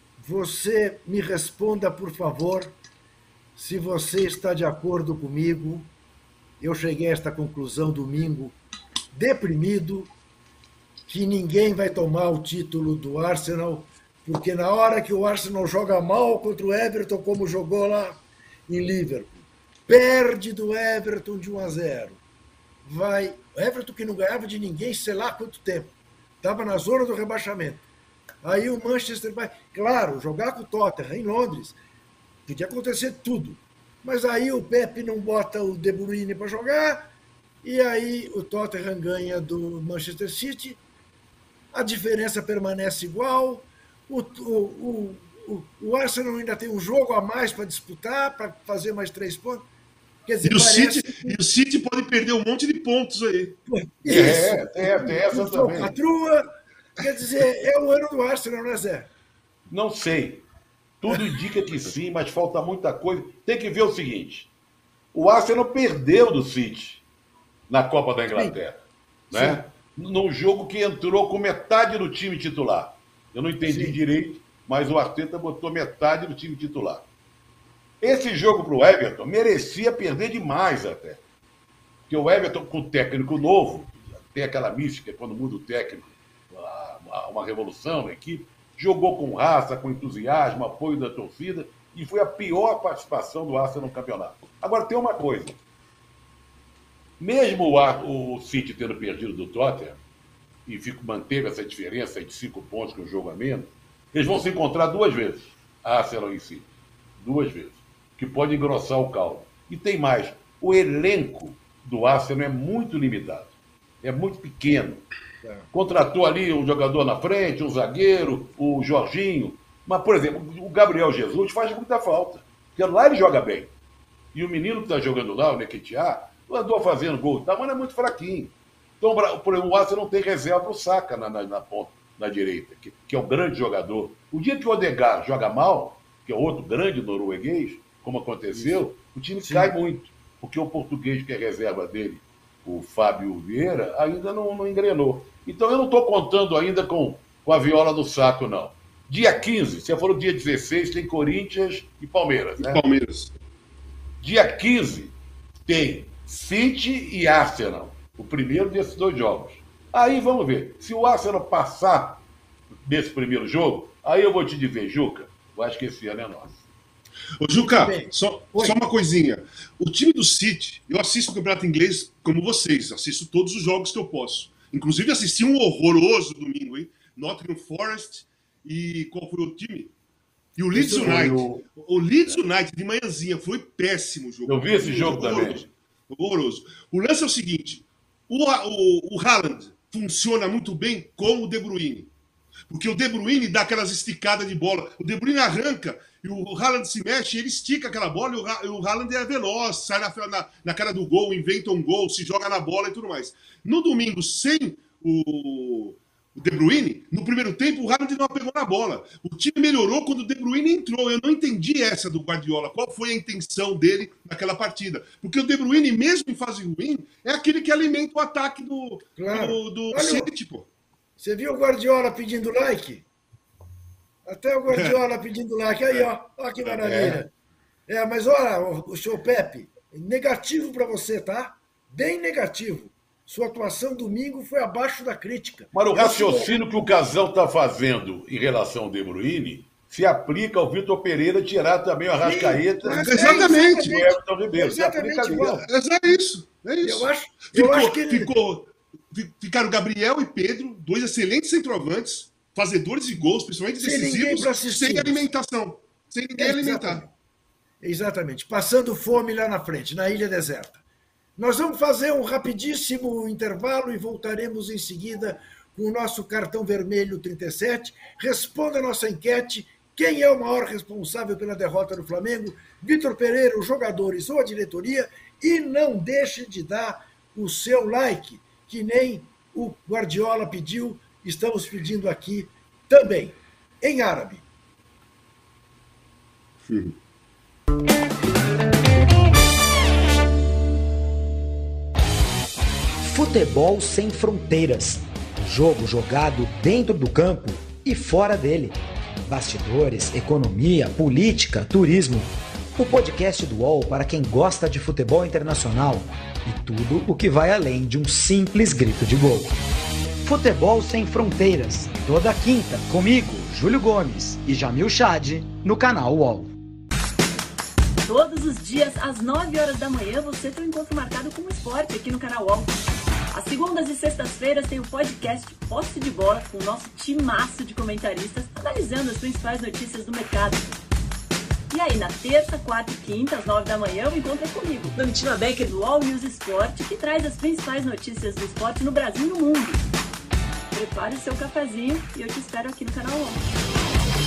você me responda, por favor, se você está de acordo comigo. Eu cheguei a esta conclusão domingo, deprimido, que ninguém vai tomar o título do Arsenal, porque na hora que o Arsenal joga mal contra o Everton, como jogou lá em Liverpool, perde do Everton de 1-0. O Everton que não ganhava de ninguém, sei lá quanto tempo, estava na zona do rebaixamento. Aí o Manchester vai, claro, jogar com o Tottenham em Londres, Podia acontecer tudo. Mas aí o Pepe não bota o De Bruyne para jogar, e aí o Tottenham ganha do Manchester City, a diferença permanece igual, o Arsenal ainda tem um jogo a mais para disputar, para fazer mais 3 pontos. Quer dizer, e o City pode perder um monte de pontos aí. Isso. Tem essa também. Patrua, quer dizer, é o ano do Arsenal, né, Zé? Não sei. Tudo indica que sim, mas falta muita coisa. Tem que ver o seguinte: o Arsenal perdeu do City na Copa da Inglaterra, né? Num jogo que entrou com metade do time titular. Eu não entendi direito, mas o Arteta botou metade do time titular. Esse jogo para o Everton merecia perder demais até. Porque o Everton, com o técnico novo, tem aquela mística, quando muda o técnico, uma revolução na equipe, jogou com raça, com entusiasmo, apoio da torcida, e foi a pior participação do Arsenal no campeonato. Agora, tem uma coisa. Mesmo o City tendo perdido do Tottenham, e manteve essa diferença de 5 pontos com o jogo a menos, eles vão se encontrar 2 vezes, Arsenal e City. 2 vezes. Que pode engrossar o caldo. E tem mais. O elenco do Arsenal é muito limitado. É muito pequeno. Contratou ali um jogador na frente, um zagueiro, o Jorginho. Mas, por exemplo, o Gabriel Jesus faz muita falta. Porque lá ele joga bem. E o menino que está jogando lá, o Nketiah, andou fazendo gol, mas não é muito fraquinho. Então, por exemplo, o Arsenal não tem reserva para o Saka na ponta, na direita, que é um grande jogador. O dia que o Odegaard joga mal, que é outro grande norueguês, como aconteceu, o time cai muito. Porque o português, que é reserva dele, o Fábio Vieira, ainda não engrenou. Então eu não estou contando ainda com a viola do saco, não. Dia 15, você falou dia 16, tem Corinthians e Palmeiras, né? Palmeiras. Dia 15 tem City e Arsenal. O primeiro desses 2 jogos. Aí vamos ver. Se o Arsenal passar desse primeiro jogo, aí eu vou te dizer, Juca, eu acho que esse ano é nosso. Ô, Juca, só uma coisinha. O time do City, eu assisto o campeonato inglês como vocês, assisto todos os jogos que eu posso. Inclusive assisti um horroroso domingo, hein? Nottingham Forest e qual foi o time? E o Leeds United. O Leeds United de manhãzinha foi péssimo o jogo. Eu vi esse jogo também. Horroroso. O lance é o seguinte, o Haaland funciona muito bem com o De Bruyne. Porque o De Bruyne dá aquelas esticadas de bola. O De Bruyne arranca e o Haaland se mexe, ele estica aquela bola e o Haaland é veloz, sai na cara do gol, inventa um gol, se joga na bola e tudo mais. No domingo, sem o De Bruyne, no primeiro tempo, o Haaland não pegou na bola. O time melhorou quando o De Bruyne entrou. Eu não entendi essa do Guardiola. Qual foi a intenção dele naquela partida? Porque o De Bruyne, mesmo em fase ruim, é aquele que alimenta o ataque do City, pô. Você viu o Guardiola pedindo like? Até o Guardiola pedindo like. Aí, ó. Olha que maravilha. Mas olha, o senhor Pepe, negativo para você, tá? Bem negativo. Sua atuação domingo foi abaixo da crítica. Mas o raciocínio que o Casão está fazendo em relação ao De Bruyne se aplica ao Vitor Pereira tirar também o Arrascaeta. Exatamente. E o Everton Ribeiro. Exatamente igual. É isso. Eu acho que ele... Ficaram Gabriel e Pedro, 2 excelentes centroavantes, fazedores de gols, principalmente decisivos, sem alimentação. Sem ninguém alimentar. Exatamente. Passando fome lá na frente, na ilha deserta. Nós vamos fazer um rapidíssimo intervalo e voltaremos em seguida com o nosso cartão vermelho 37. Responda a nossa enquete. Quem é o maior responsável pela derrota do Flamengo? Vitor Pereira, os jogadores ou a diretoria? E não deixe de dar o seu like, que nem o Guardiola pediu, estamos pedindo aqui também, em árabe. Futebol sem fronteiras. Jogo jogado dentro do campo e fora dele. Bastidores, economia, política, turismo. O podcast do UOL para quem gosta de futebol internacional e tudo o que vai além de um simples grito de gol. Futebol sem fronteiras. Toda quinta, comigo, Júlio Gomes e Jamil Chad, no canal UOL. Todos os dias, às 9 horas da manhã, você tem um encontro marcado com o esporte aqui no canal UOL. Às segundas e sextas-feiras tem o podcast Posse de Bola com o nosso timaço de comentaristas analisando as principais notícias do mercado. E E aí, na terça, quarta e quinta, às 9 da manhã, eu encontro comigo, Domitila Becker, do All News Esporte, que traz as principais notícias do esporte no Brasil e no mundo. Prepare o seu cafezinho e eu te espero aqui no canal 11.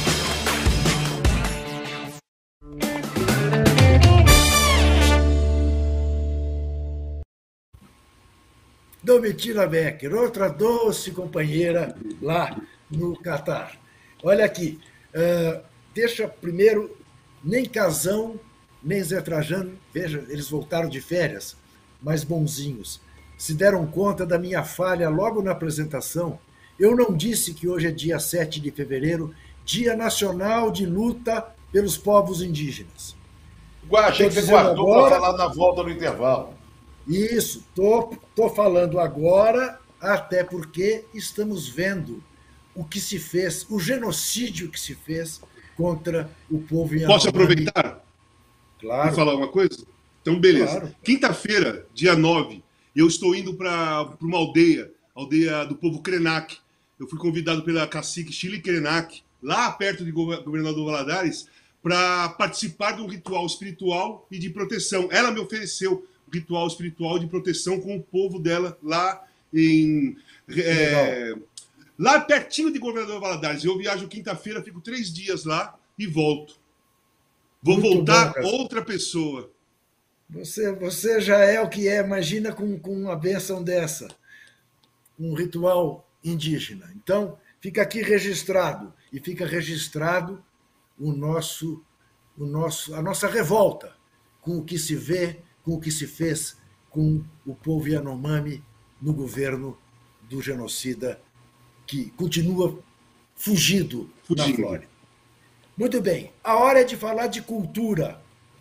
Domitila Becker, outra doce companheira lá no Catar. Olha aqui, deixa primeiro, nem Casão, nem Zé Trajano, veja, eles voltaram de férias, mas bonzinhos, se deram conta da minha falha logo na apresentação. Eu não disse que hoje é dia 7 de fevereiro, Dia Nacional de Luta pelos Povos Indígenas. Achei que você guardou para falar na volta do intervalo. Isso, tô falando agora, até porque estamos vendo o que se fez, o genocídio que se fez contra o povo Yanomami. Posso aproveitar? Claro. E falar uma coisa? Então, beleza. Claro. Quinta-feira, dia 9, eu estou indo para uma aldeia do povo Krenak. Eu fui convidado pela cacique Chile Krenak, lá perto de Governador Valadares, para participar de um ritual espiritual e de proteção. Ela me ofereceu um ritual espiritual de proteção com o povo dela lá lá pertinho de Governador Valadares. Eu viajo quinta-feira, fico 3 dias lá e volto. Vou Muito voltar bom, outra pessoa. Você já é o que é, imagina com uma bênção dessa, um ritual indígena. Então, fica aqui registrado, e fica registrado a nossa revolta com o que se vê, com o que se fez com o povo Yanomami no governo do genocida que continua fugido da Flórida. Muito bem, a hora é de falar de cultura.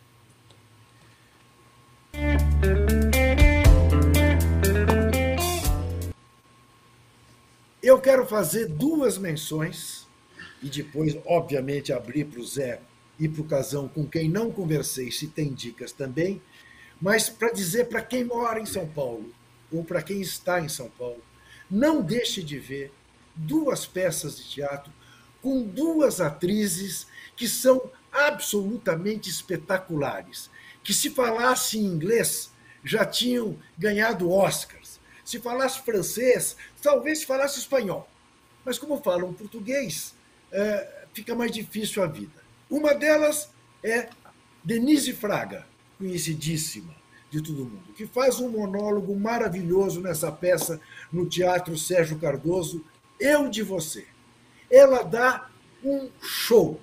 Eu quero fazer 2 menções e depois, obviamente, abrir para o Zé e para o Casão, com quem não conversei, se tem dicas também, mas para dizer para quem mora em São Paulo ou para quem está em São Paulo, não deixe de ver 2 peças de teatro com 2 atrizes que são absolutamente espetaculares, que se falasse em inglês já tinham ganhado Oscars, se falasse francês, talvez se falasse espanhol, mas como falam português, fica mais difícil a vida. Uma delas é Denise Fraga, conhecidíssima de todo mundo, que faz um monólogo maravilhoso nessa peça no Teatro Sérgio Cardoso, Eu de Você. Ela dá um show.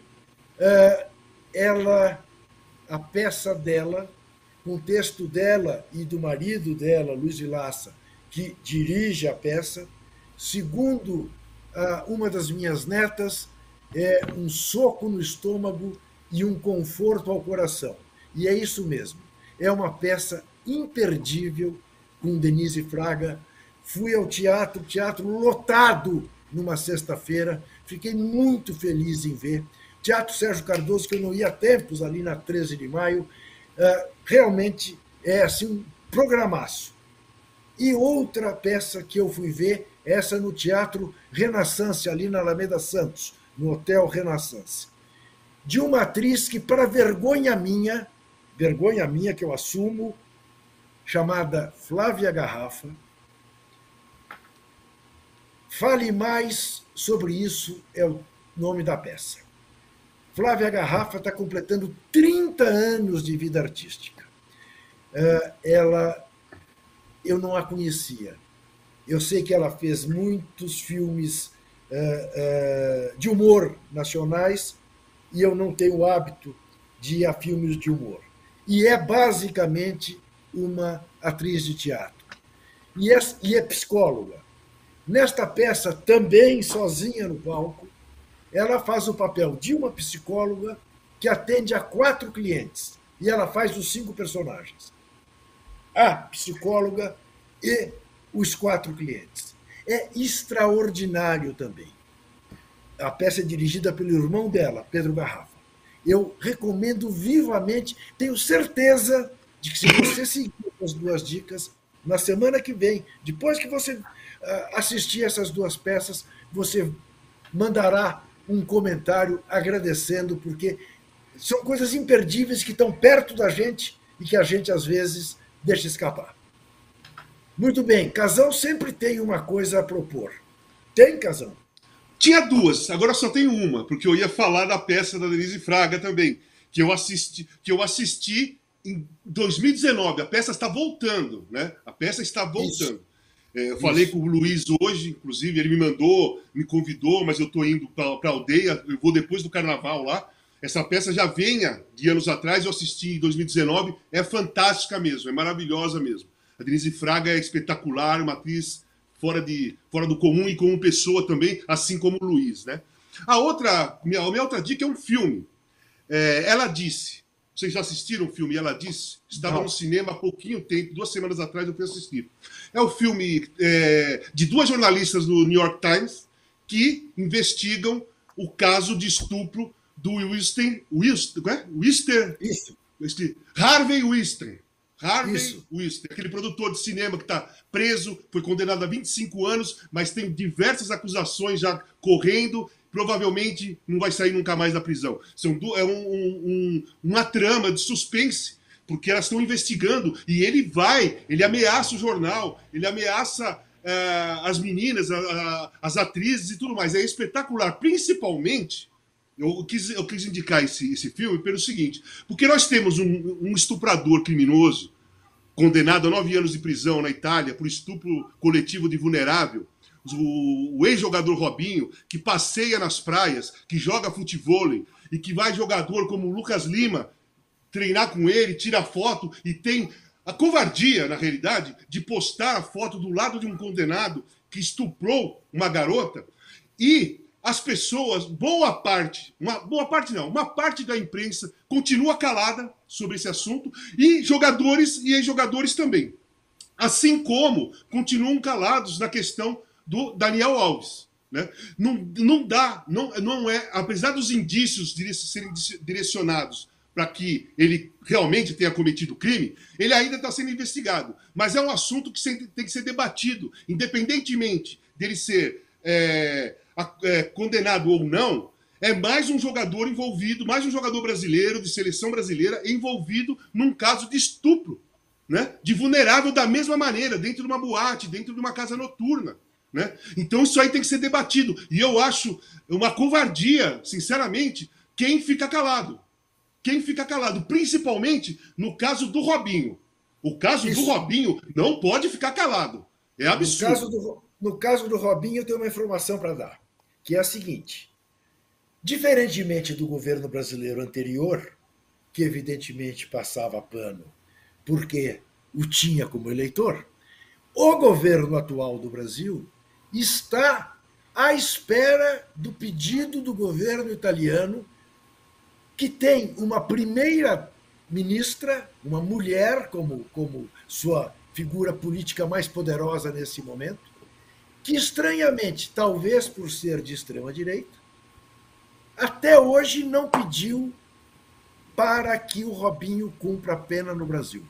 A peça dela, com o texto dela e do marido dela, Luiz Vilaça, que dirige a peça, segundo uma das minhas netas, é um soco no estômago e um conforto ao coração. E é isso mesmo. É uma peça imperdível com Denise Fraga. Fui ao teatro lotado numa sexta-feira. Fiquei muito feliz em ver. Teatro Sérgio Cardoso, que eu não ia há tempos, ali na 13 de maio. Realmente é assim, um programaço. E outra peça que eu fui ver, essa no Teatro Renaissance, ali na Alameda Santos, no Hotel Renaissance, de uma atriz que, para vergonha minha que eu assumo, chamada Flávia Garrafa. Fale Mais sobre isso é o nome da peça. Flávia Garrafa está completando 30 anos de vida artística. Eu não a conhecia. Eu sei que ela fez muitos filmes de humor nacionais e eu não tenho o hábito de ir a filmes de humor. E é basicamente uma atriz de teatro. E é psicóloga. Nesta peça, também sozinha no palco, ela faz o papel de uma psicóloga que atende a 4 clientes. E ela faz os 5 personagens. A psicóloga e os 4 clientes. É extraordinário também. A peça é dirigida pelo irmão dela, Pedro Garrafa. Eu recomendo vivamente, tenho certeza de que se você seguir as 2 dicas, na semana que vem, depois que você assistir essas 2 peças, você mandará um comentário agradecendo, porque são coisas imperdíveis que estão perto da gente e que a gente, às vezes, deixa escapar. Muito bem, Casão sempre tem uma coisa a propor. Tem, Casão? Tinha duas, agora só tenho uma, porque eu ia falar da peça da Denise Fraga também, que eu assisti em 2019. A peça está voltando, né? A peça está voltando. Eu falei com o Luiz hoje, inclusive, ele me convidou, mas eu estou indo para a aldeia, eu vou depois do carnaval lá. Essa peça já vinha de anos atrás, eu assisti em 2019, é fantástica mesmo, é maravilhosa mesmo. A Denise Fraga é espetacular, uma atriz fora do comum e como pessoa também, assim como o Luiz, né? Minha outra dica é um filme. Ela Disse. Vocês já assistiram o filme Ela Disse? Estava no cinema há pouquinho tempo, 2 semanas atrás eu fui assistir. É um filme de 2 jornalistas do New York Times que investigam o caso de estupro do Harvey Weinstein. Harvey Weinstein, aquele produtor de cinema que está preso, foi condenado a 25 anos, mas tem diversas acusações já correndo, provavelmente não vai sair nunca mais da prisão. É uma trama de suspense, porque elas estão investigando, e ele ameaça o jornal, ele ameaça as meninas, as atrizes e tudo mais. É espetacular, principalmente. Eu quis indicar esse filme pelo seguinte, porque nós temos um estuprador criminoso condenado a 9 anos de prisão na Itália por estupro coletivo de vulnerável, o ex-jogador Robinho, que passeia nas praias, que joga futevôlei, e que vai jogador como o Lucas Lima treinar com ele, tira foto e tem a covardia, na realidade, de postar a foto do lado de um condenado que estuprou uma garota. E as pessoas, uma parte da imprensa continua calada sobre esse assunto, e jogadores e ex-jogadores também. Assim como continuam calados na questão do Daniel Alves. Né? Não é, apesar dos indícios serem direcionados para que ele realmente tenha cometido crime, ele ainda está sendo investigado. Mas é um assunto que tem que ser debatido, independentemente dele ser condenado ou não. É mais um jogador envolvido, mais um jogador brasileiro, de seleção brasileira, envolvido num caso de estupro, né? De vulnerável da mesma maneira, dentro de uma boate, dentro de uma casa noturna. Né? Então isso aí tem que ser debatido. E eu acho uma covardia, sinceramente, quem fica calado. Quem fica calado, principalmente no caso do Robinho. O caso do Robinho não pode ficar calado. É absurdo. No caso do Robinho, eu tenho uma informação para dar, que é a seguinte. Diferentemente do governo brasileiro anterior, que evidentemente passava pano porque o tinha como eleitor, o governo atual do Brasil está à espera do pedido do governo italiano, que tem uma primeira ministra, uma mulher como sua figura política mais poderosa nesse momento, que estranhamente, talvez por ser de extrema-direita, até hoje não pediu para que o Robinho cumpra a pena no Brasil.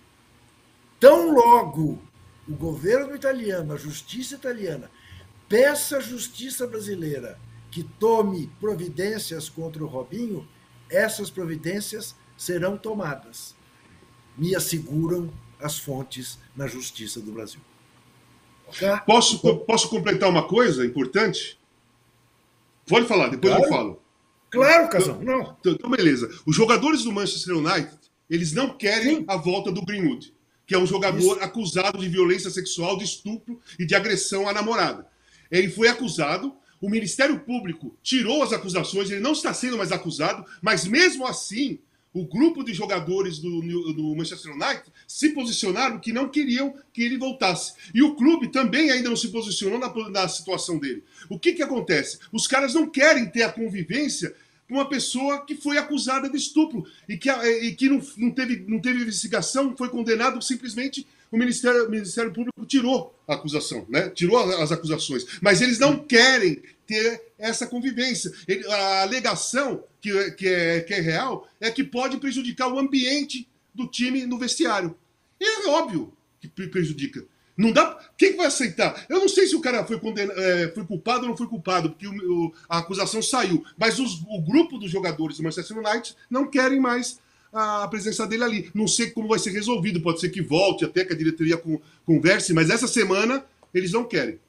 Tão logo o governo italiano, a justiça italiana, peça à justiça brasileira que tome providências contra o Robinho, essas providências serão tomadas. Me asseguram as fontes na justiça do Brasil. Okay? Posso completar uma coisa importante? Pode falar, depois eu falo. Claro, Casão. Não. Então, beleza. Os jogadores do Manchester United, eles não querem a volta do Greenwood, que é um jogador acusado de violência sexual, de estupro e de agressão à namorada. Ele foi acusado, o Ministério Público tirou as acusações, ele não está sendo mais acusado, mas mesmo assim, o grupo de jogadores do Manchester United se posicionaram que não queriam que ele voltasse. E o clube também ainda não se posicionou na situação dele. O que acontece? Os caras não querem ter a convivência com uma pessoa que foi acusada de estupro e que não teve investigação, foi condenado, simplesmente o Ministério Público tirou a acusação, né? Tirou as acusações. Mas eles não querem ter essa convivência. A alegação que é real é que pode prejudicar o ambiente do time no vestiário. E é óbvio que prejudica. Não dá. Quem que vai aceitar? Eu não sei se o cara foi culpado ou não foi culpado, porque a acusação saiu. Mas o grupo dos jogadores do Manchester United não querem mais a presença dele ali. Não sei como vai ser resolvido. Pode ser que volte, até que a diretoria converse, mas essa semana eles não querem.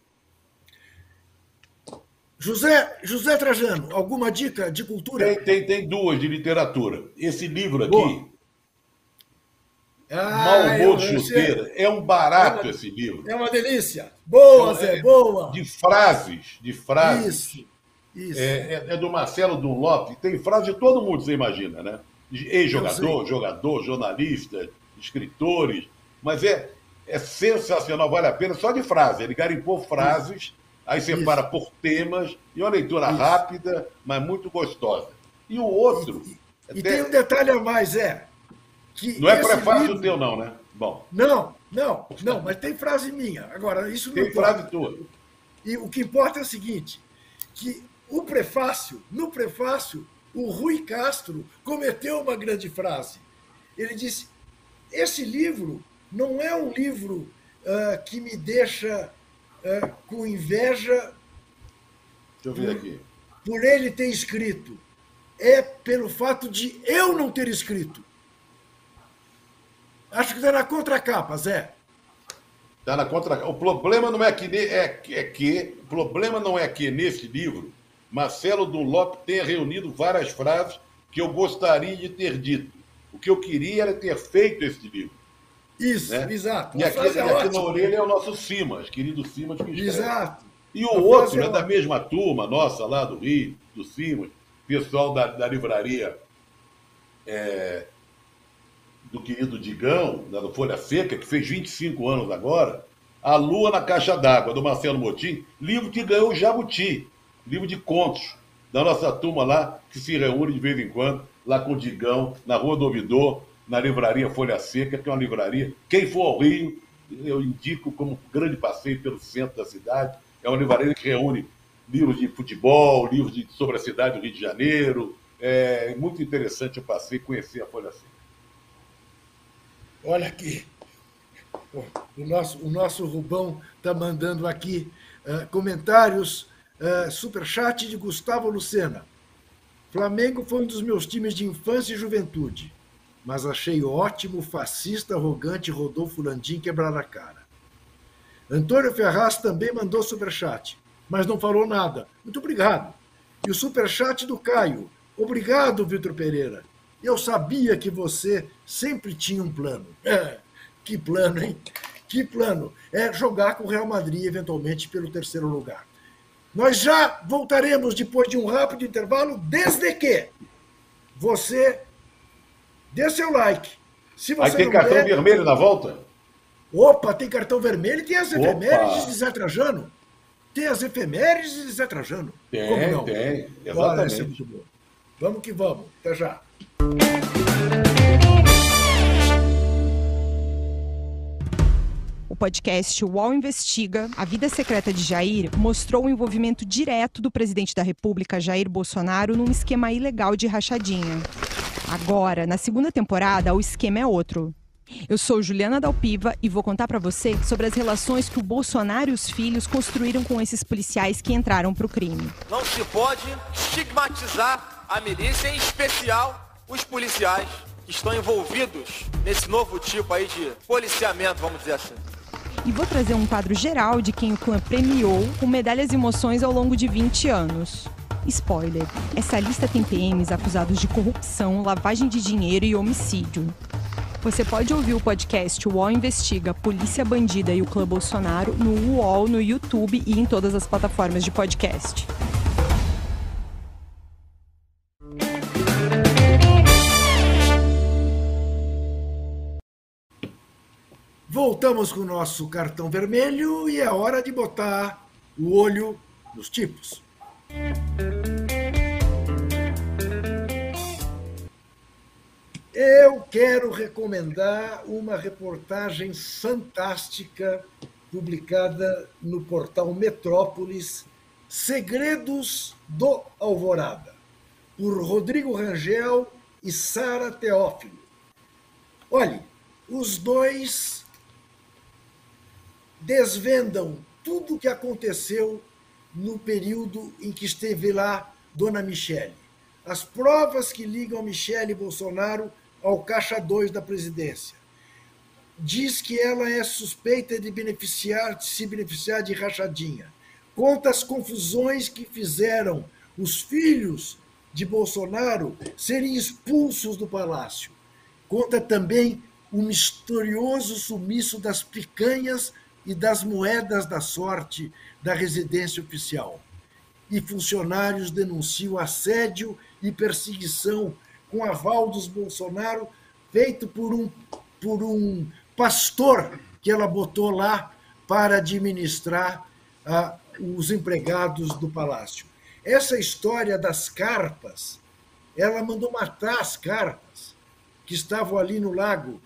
José Trajano, alguma dica de cultura? Tem duas de literatura. Esse livro aqui, Mau Ah, Humor de Chuteira, é um barato esse livro. É uma delícia. Boa, Zé, boa. De frases. Isso. É do Marcelo Dunlop. Tem frase de todo mundo, você imagina, né? Ex-jogador, jogador, jornalista, escritores. Mas é sensacional, vale a pena, só de frase. Ele garimpou frases, aí separa por temas, e uma leitura rápida, mas muito gostosa. E o outro... E tem um detalhe a mais, que não é prefácio teu, não, né? Bom. Não, mas tem frase minha. Agora, isso não tem frase tua. E o que importa é o seguinte, que no prefácio, o Rui Castro cometeu uma grande frase. Ele disse, esse livro não é um livro que me deixa com inveja por ele ter escrito. É pelo fato de eu não ter escrito. Acho que está na contracapa, Zé. Está na contracapa. O problema não é o problema não é que nesse livro Marcelo Dunlop tenha reunido várias frases que eu gostaria de ter dito. O que eu queria era ter feito esse livro. Isso, né? Exato. E aqui na orelha é o nosso Simas, querido Simas que escreve. Exato. E o outro é da mesma turma nossa lá do Rio, do Simas, pessoal da livraria do querido Digão, do Folha Seca, que fez 25 anos agora, A Lua na Caixa d'Água, do Marcelo Motim, livro que ganhou o Jabuti, livro de contos, da nossa turma lá, que se reúne de vez em quando, lá com o Digão, na Rua do Ouvidor, na livraria Folha Seca, que é uma livraria. Quem for ao Rio, eu indico como grande passeio pelo centro da cidade. É uma livraria que reúne livros de futebol, livros sobre a cidade do Rio de Janeiro. É muito interessante o passeio, conhecer a Folha Seca. Olha aqui, o nosso Rubão está mandando aqui comentários, superchat de Gustavo Lucena. Flamengo foi um dos meus times de infância e juventude, mas achei ótimo o fascista, arrogante Rodolfo Landim quebrar a cara. Antônio Ferraz também mandou superchat, mas não falou nada. Muito obrigado. E o superchat do Caio. Obrigado, Vitor Pereira. Eu sabia que você sempre tinha um plano. Que plano, hein? Que plano. É jogar com o Real Madrid, eventualmente, pelo terceiro lugar. Nós já voltaremos depois de um rápido intervalo, desde que você dê seu like. Se você aí tem cartão vermelho na volta? Opa, tem cartão vermelho e tem as efemérides de Zé Trajano. Tem as efemérides de Zé Trajano. Como não? Tem, exatamente. Essa é muito boa. Vamos que vamos. Até já. O podcast UOL Investiga, a vida secreta de Jair, mostrou o envolvimento direto do presidente da República, Jair Bolsonaro, num esquema ilegal de rachadinha. Agora, na segunda temporada, o esquema é outro. Eu sou Juliana Dalpiva e vou contar para você sobre as relações que o Bolsonaro e os filhos construíram com esses policiais que entraram para o crime. Não se pode estigmatizar a milícia, em especial os policiais que estão envolvidos nesse novo tipo aí de policiamento, vamos dizer assim. E vou trazer um quadro geral de quem o clã premiou com medalhas e emoções ao longo de 20 anos. Spoiler, essa lista tem PMs acusados de corrupção, lavagem de dinheiro e homicídio. Você pode ouvir o podcast UOL Investiga, Polícia Bandida e o Clã Bolsonaro no UOL, no YouTube e em todas as plataformas de podcast. Voltamos com o nosso cartão vermelho e é hora de botar o olho nos tipos. Eu quero recomendar uma reportagem fantástica publicada no portal Metrópolis, Segredos do Alvorada, por Rodrigo Rangel e Sara Teófilo. Olhe, os dois desvendam tudo o que aconteceu no período em que esteve lá Dona Michele. As provas que ligam Michele Bolsonaro ao caixa 2 da presidência. Diz que ela é suspeita de se beneficiar de rachadinha. Conta as confusões que fizeram os filhos de Bolsonaro serem expulsos do palácio. Conta também o misterioso sumiço das picanhas e das moedas da sorte da residência oficial. E funcionários denunciam assédio e perseguição com aval dos Bolsonaro, feito por um pastor que ela botou lá para administrar os empregados do palácio. Essa história das carpas, ela mandou matar as carpas que estavam ali no lago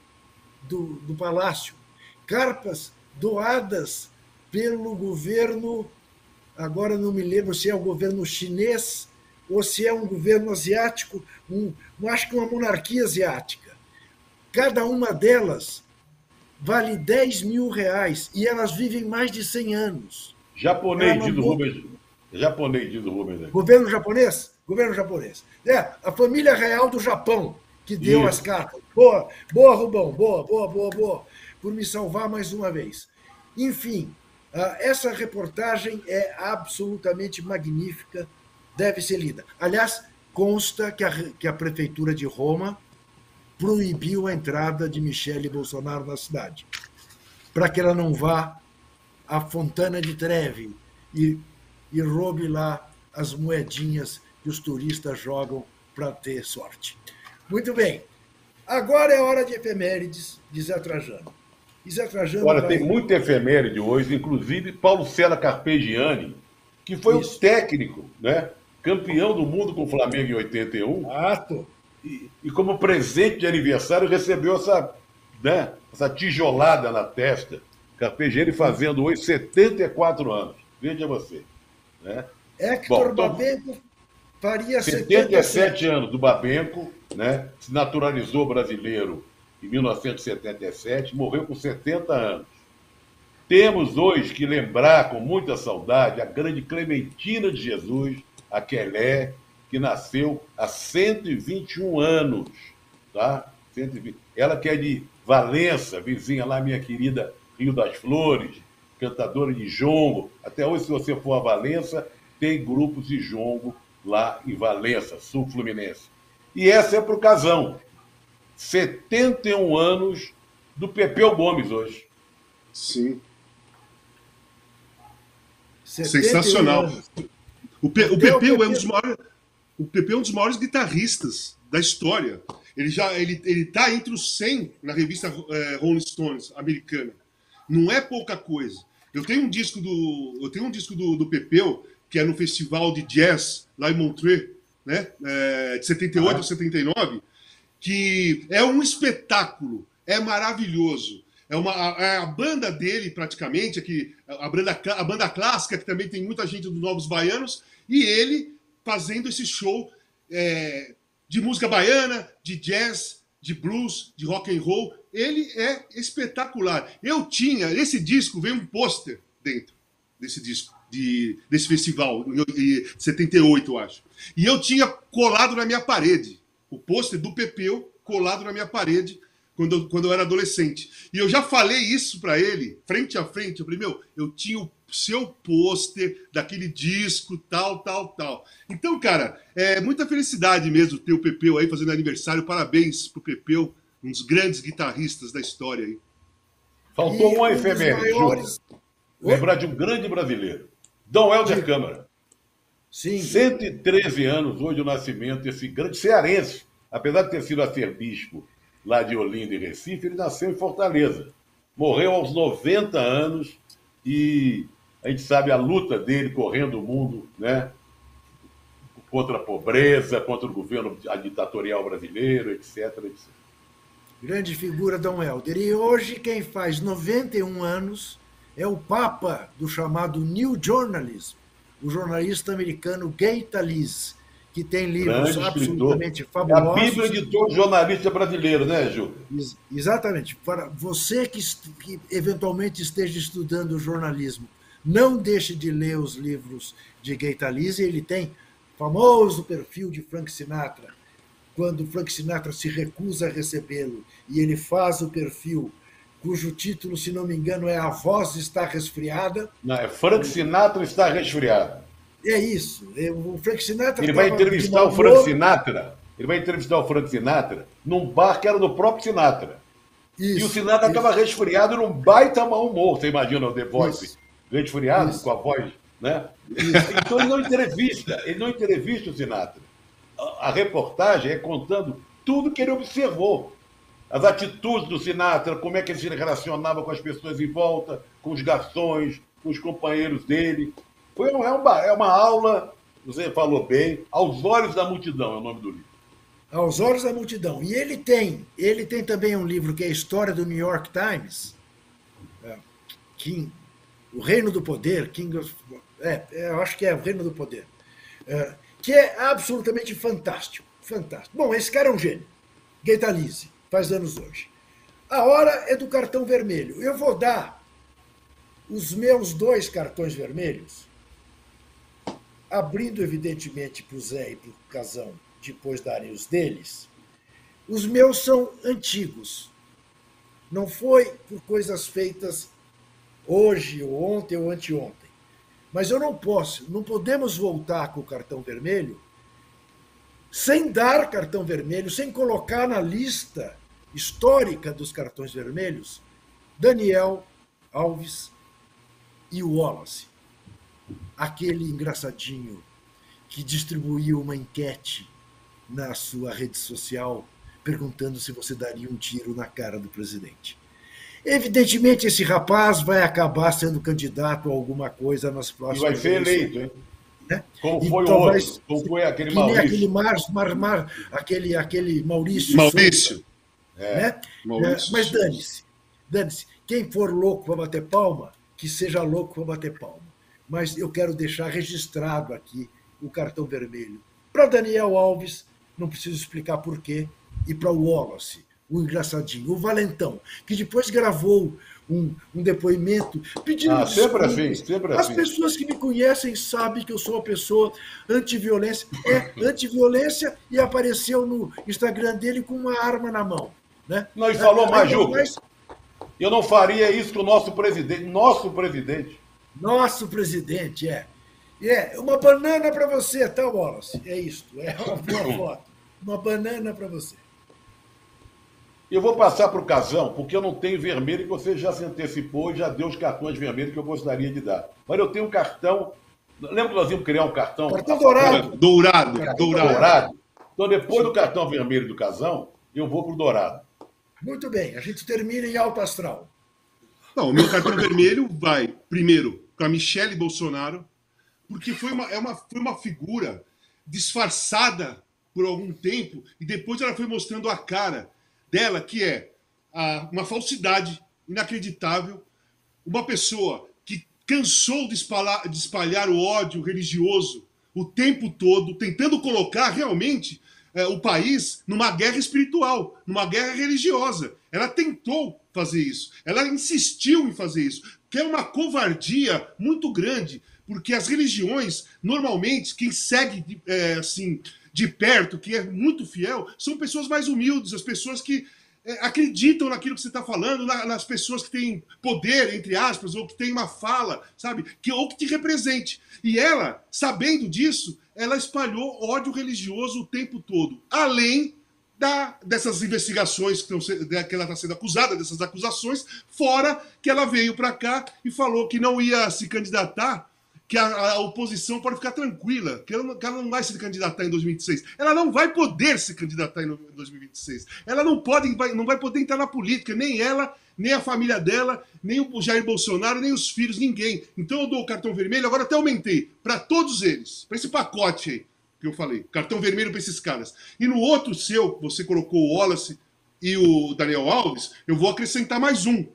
do palácio. Carpas doadas pelo governo, agora não me lembro se é o governo chinês ou se é um governo asiático, acho que uma monarquia asiática. Cada uma delas vale R$10.000 e elas vivem mais de 100 anos. Japonês, diz o Rubens. Japonês, diz o Rubens. Governo japonês? Governo japonês. A família real do Japão que deu Isso. as cartas. Boa, boa, Rubão, boa, por me salvar mais uma vez. Enfim, essa reportagem é absolutamente magnífica, deve ser lida. Aliás, consta que a Prefeitura de Roma proibiu a entrada de Michele Bolsonaro na cidade, para que ela não vá à Fontana di Trevi e roube lá as moedinhas que os turistas jogam para ter sorte. Muito bem. Agora é hora de efemérides de Zé Trajano. E Zé Trajano Olha, tem muita efeméride hoje, inclusive Paulo César Carpegiani, que foi o técnico, né? Campeão do mundo com o Flamengo em 81. E como presente de aniversário recebeu essa tijolada na testa. Carpegiani fazendo hoje 74 anos. Veja você. Né? Hector Babenco faria 77 anos do Babenco, né? Se naturalizou brasileiro em 1977, morreu com 70 anos. Temos hoje que lembrar com muita saudade a grande Clementina de Jesus, a Quelé, que nasceu há 121 anos. Tá? 120. Ela que é de Valença, vizinha lá, minha querida Rio das Flores, cantadora de jongo. Até hoje, se você for a Valença, tem grupos de jongo lá em Valença, sul fluminense. E essa é para o Casão. 71 anos do Pepeu Gomes hoje. Sim. Sensacional. O Pepeu é um dos maiores. O Pepeu é um dos maiores guitarristas da história. Ele tá entre os 100 na revista Rolling Stones americana. Não é pouca coisa. Eu tenho um disco do Pepeu que é no festival de jazz lá em Montreux, né? De 78 a 79, que é um espetáculo, é maravilhoso. É a banda dele, praticamente, aqui, a banda clássica, que também tem muita gente dos Novos Baianos, e ele fazendo esse show de música baiana, de jazz, de blues, de rock and roll. Ele é espetacular. Esse disco, veio um pôster dentro desse disco, desse festival, em 78, eu acho. E eu tinha colado na minha parede, o pôster do Pepeu colado na minha parede, quando eu era adolescente. E eu já falei isso para ele, frente a frente. Eu falei, eu tinha o seu pôster daquele disco, tal. Então, cara, é muita felicidade mesmo ter o Pepeu aí fazendo aniversário. Parabéns pro Pepeu, um dos grandes guitarristas da história aí. Faltou uma efeméride, lembrar de um grande brasileiro, Dom Helder Câmara. Sim. 113 anos hoje o nascimento desse grande cearense. Apesar de ter sido arcebispo lá de Olinda e Recife, ele nasceu em Fortaleza. Morreu aos 90 anos e a gente sabe a luta dele correndo o mundo, né? Contra a pobreza, contra o governo ditatorial brasileiro, etc. Grande figura, Dom Helder. E hoje quem faz 91 anos é o papa do chamado New Journalism, o jornalista americano Gay Talese, que tem livros Grande absolutamente escritor. É a fabulosos. Bíblia de todo jornalista brasileiro, né, Ju? Exatamente. Para você que eventualmente esteja estudando jornalismo, não deixe de ler os livros de Gaetalize. Ele tem o famoso perfil de Frank Sinatra, quando Frank Sinatra se recusa a recebê-lo, e ele faz o perfil cujo título, se não me engano, é A Voz Está Resfriada. Não, é Frank Sinatra está resfriado. É isso. O Frank Sinatra Ele vai estava entrevistar de o Frank namoro. Sinatra. Ele vai entrevistar o Frank Sinatra num bar que era do próprio Sinatra. Isso, E o Sinatra estava resfriado num baita mau humor. Você imagina o The Voice Isso. resfriado Isso. com a voz, né? Então ele não entrevista o Sinatra. A reportagem é contando tudo que ele observou. As atitudes do Sinatra, como é que ele se relacionava com as pessoas em volta, com os garçons, com os companheiros dele. É uma aula, você falou bem, Aos Olhos da Multidão é o nome do livro. Aos Olhos da Multidão. E ele tem também um livro que é a história do New York Times, O Reino do Poder, eu acho que é O Reino do Poder, que é absolutamente fantástico. Fantástico. Bom, esse cara é um gênio. Gaetalize, faz anos hoje. A hora é do cartão vermelho. Eu vou dar os meus 2 cartões vermelhos, abrindo, evidentemente, para o Zé e para o Casão, depois darem os deles. Os meus são antigos. Não foi por coisas feitas hoje, ou ontem, ou anteontem. Mas eu não podemos voltar com o cartão vermelho sem dar cartão vermelho, sem colocar na lista histórica dos cartões vermelhos Daniel Alves e o Wallace. Aquele engraçadinho que distribuiu uma enquete na sua rede social perguntando se você daria um tiro na cara do presidente. Evidentemente, esse rapaz vai acabar sendo candidato a alguma coisa nas próximas E vai ser eleições, eleito, hein? né? Como E foi o talvez, outro, como foi aquele que nem Maurício. aquele Maurício. Maurício. Souza, né? Maurício Mas Souza. dane-se. Quem for louco para bater palma, que seja louco para bater palma. Mas eu quero deixar registrado aqui o cartão vermelho. Para Daniel Alves, não preciso explicar por quê, e para o Wallace, o engraçadinho, o valentão, que depois gravou um depoimento pedindo Sempre desculpas. assim, sempre As assim. pessoas que me conhecem sabem que eu sou uma pessoa anti-violência. Anti-violência, e apareceu no Instagram dele com uma arma na mão. Né? Não, e falou mais, Juca. Mas Eu não faria isso com o nosso presidente. Nosso presidente, uma banana para você, tá, Wallace? É isso, é uma boa foto. Uma banana para você. Eu vou passar para o Casão, porque eu não tenho vermelho e você já se antecipou e já deu os cartões vermelhos que eu gostaria de dar. Mas eu tenho um cartão. Lembra que nós íamos criar um cartão? Cartão dourado. Dourado. Então, depois do cartão vermelho do Casão, eu vou para o dourado. Muito bem, a gente termina em alto astral. Não, o meu cartão vermelho vai, primeiro, com a Michele Bolsonaro, porque foi uma figura disfarçada por algum tempo e depois ela foi mostrando a cara dela, que é uma falsidade inacreditável, uma pessoa que cansou de espalhar o ódio religioso o tempo todo, tentando colocar realmente o país numa guerra espiritual, numa guerra religiosa. Ela tentou fazer isso, ela insistiu em fazer isso, que é uma covardia muito grande, porque as religiões, normalmente, quem segue de perto, que é muito fiel, são pessoas mais humildes, as pessoas que acreditam naquilo que você está falando, nas pessoas que têm poder, entre aspas, ou que têm uma fala, sabe? Ou que te represente. E ela, sabendo disso, ela espalhou ódio religioso o tempo todo. Além dessas investigações que ela está sendo acusada, dessas acusações, fora que ela veio para cá e falou que não ia se candidatar, que a oposição pode ficar tranquila, que ela não vai se candidatar em 2026. Ela não vai poder se candidatar em 2026. Ela não vai poder entrar na política, nem ela, nem a família dela, nem o Jair Bolsonaro, nem os filhos, ninguém. Então eu dou o cartão vermelho, agora até aumentei, para todos eles, para esse pacote aí que eu falei, cartão vermelho para esses caras. E no outro seu, você colocou o Wallace e o Daniel Alves, eu vou acrescentar mais um,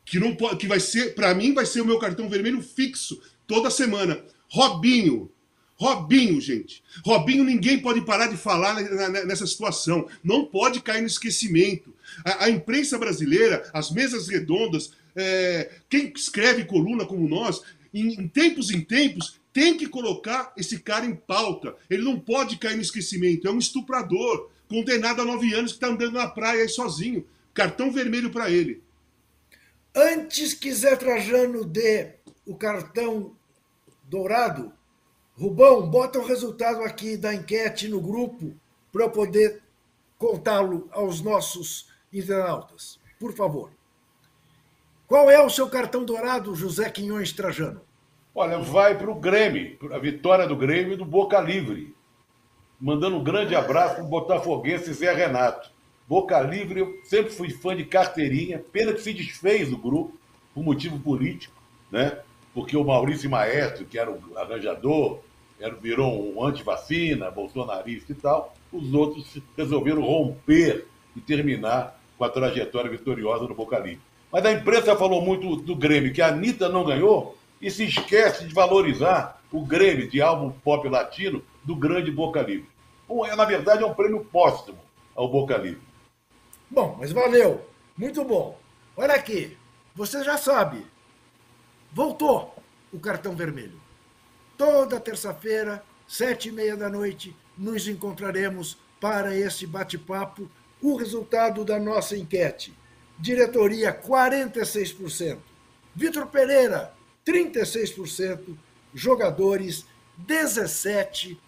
que vai ser, para mim, vai ser o meu cartão vermelho fixo, toda semana. Robinho. Robinho, gente. Robinho, ninguém pode parar de falar nessa situação. Não pode cair no esquecimento. A imprensa brasileira, as mesas redondas, quem escreve coluna como nós, em tempos, tem que colocar esse cara em pauta. Ele não pode cair no esquecimento. É um estuprador, condenado a 9 anos, que está andando na praia aí sozinho. Cartão vermelho para ele. Antes que Zé Trajano dê o cartão dourado, Rubão, bota o resultado aqui da enquete no grupo para eu poder contá-lo aos nossos internautas. Por favor. Qual é o seu cartão dourado, José Quinhões Trajano? Olha, vai para o Grêmio, a vitória do Grêmio e do Boca Livre. Mandando um grande abraço para o botafoguense Zé Renato. Boca Livre, eu sempre fui fã de carteirinha, pena que se desfez do grupo, por motivo político, né? Porque o Maurício Maestro, que era o arranjador, virou um antivacina, bolsonarista e tal, os outros resolveram romper e terminar com a trajetória vitoriosa do Boca Livre. Mas a imprensa falou muito do Grêmio, que a Anitta não ganhou, e se esquece de valorizar o Grêmio de álbum pop latino do grande Boca Livre. Bom, na verdade, é um prêmio póstumo ao Boca Livre. Bom, mas valeu. Muito bom. Olha aqui, você já sabe. Voltou o cartão vermelho. Toda terça-feira, 7h30 nos encontraremos para esse bate-papo. O resultado da nossa enquete. Diretoria, 46%. Vitor Pereira, 36%. Jogadores, 17%.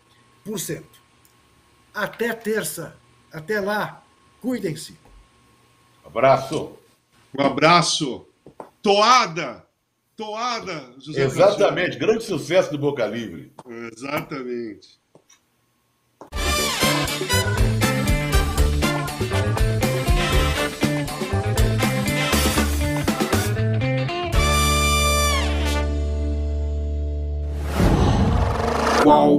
Até terça. Até lá. Cuidem-se. Abraço. Um abraço. Toada, José. Exatamente. Grande sucesso do Boca Livre. Exatamente. Qual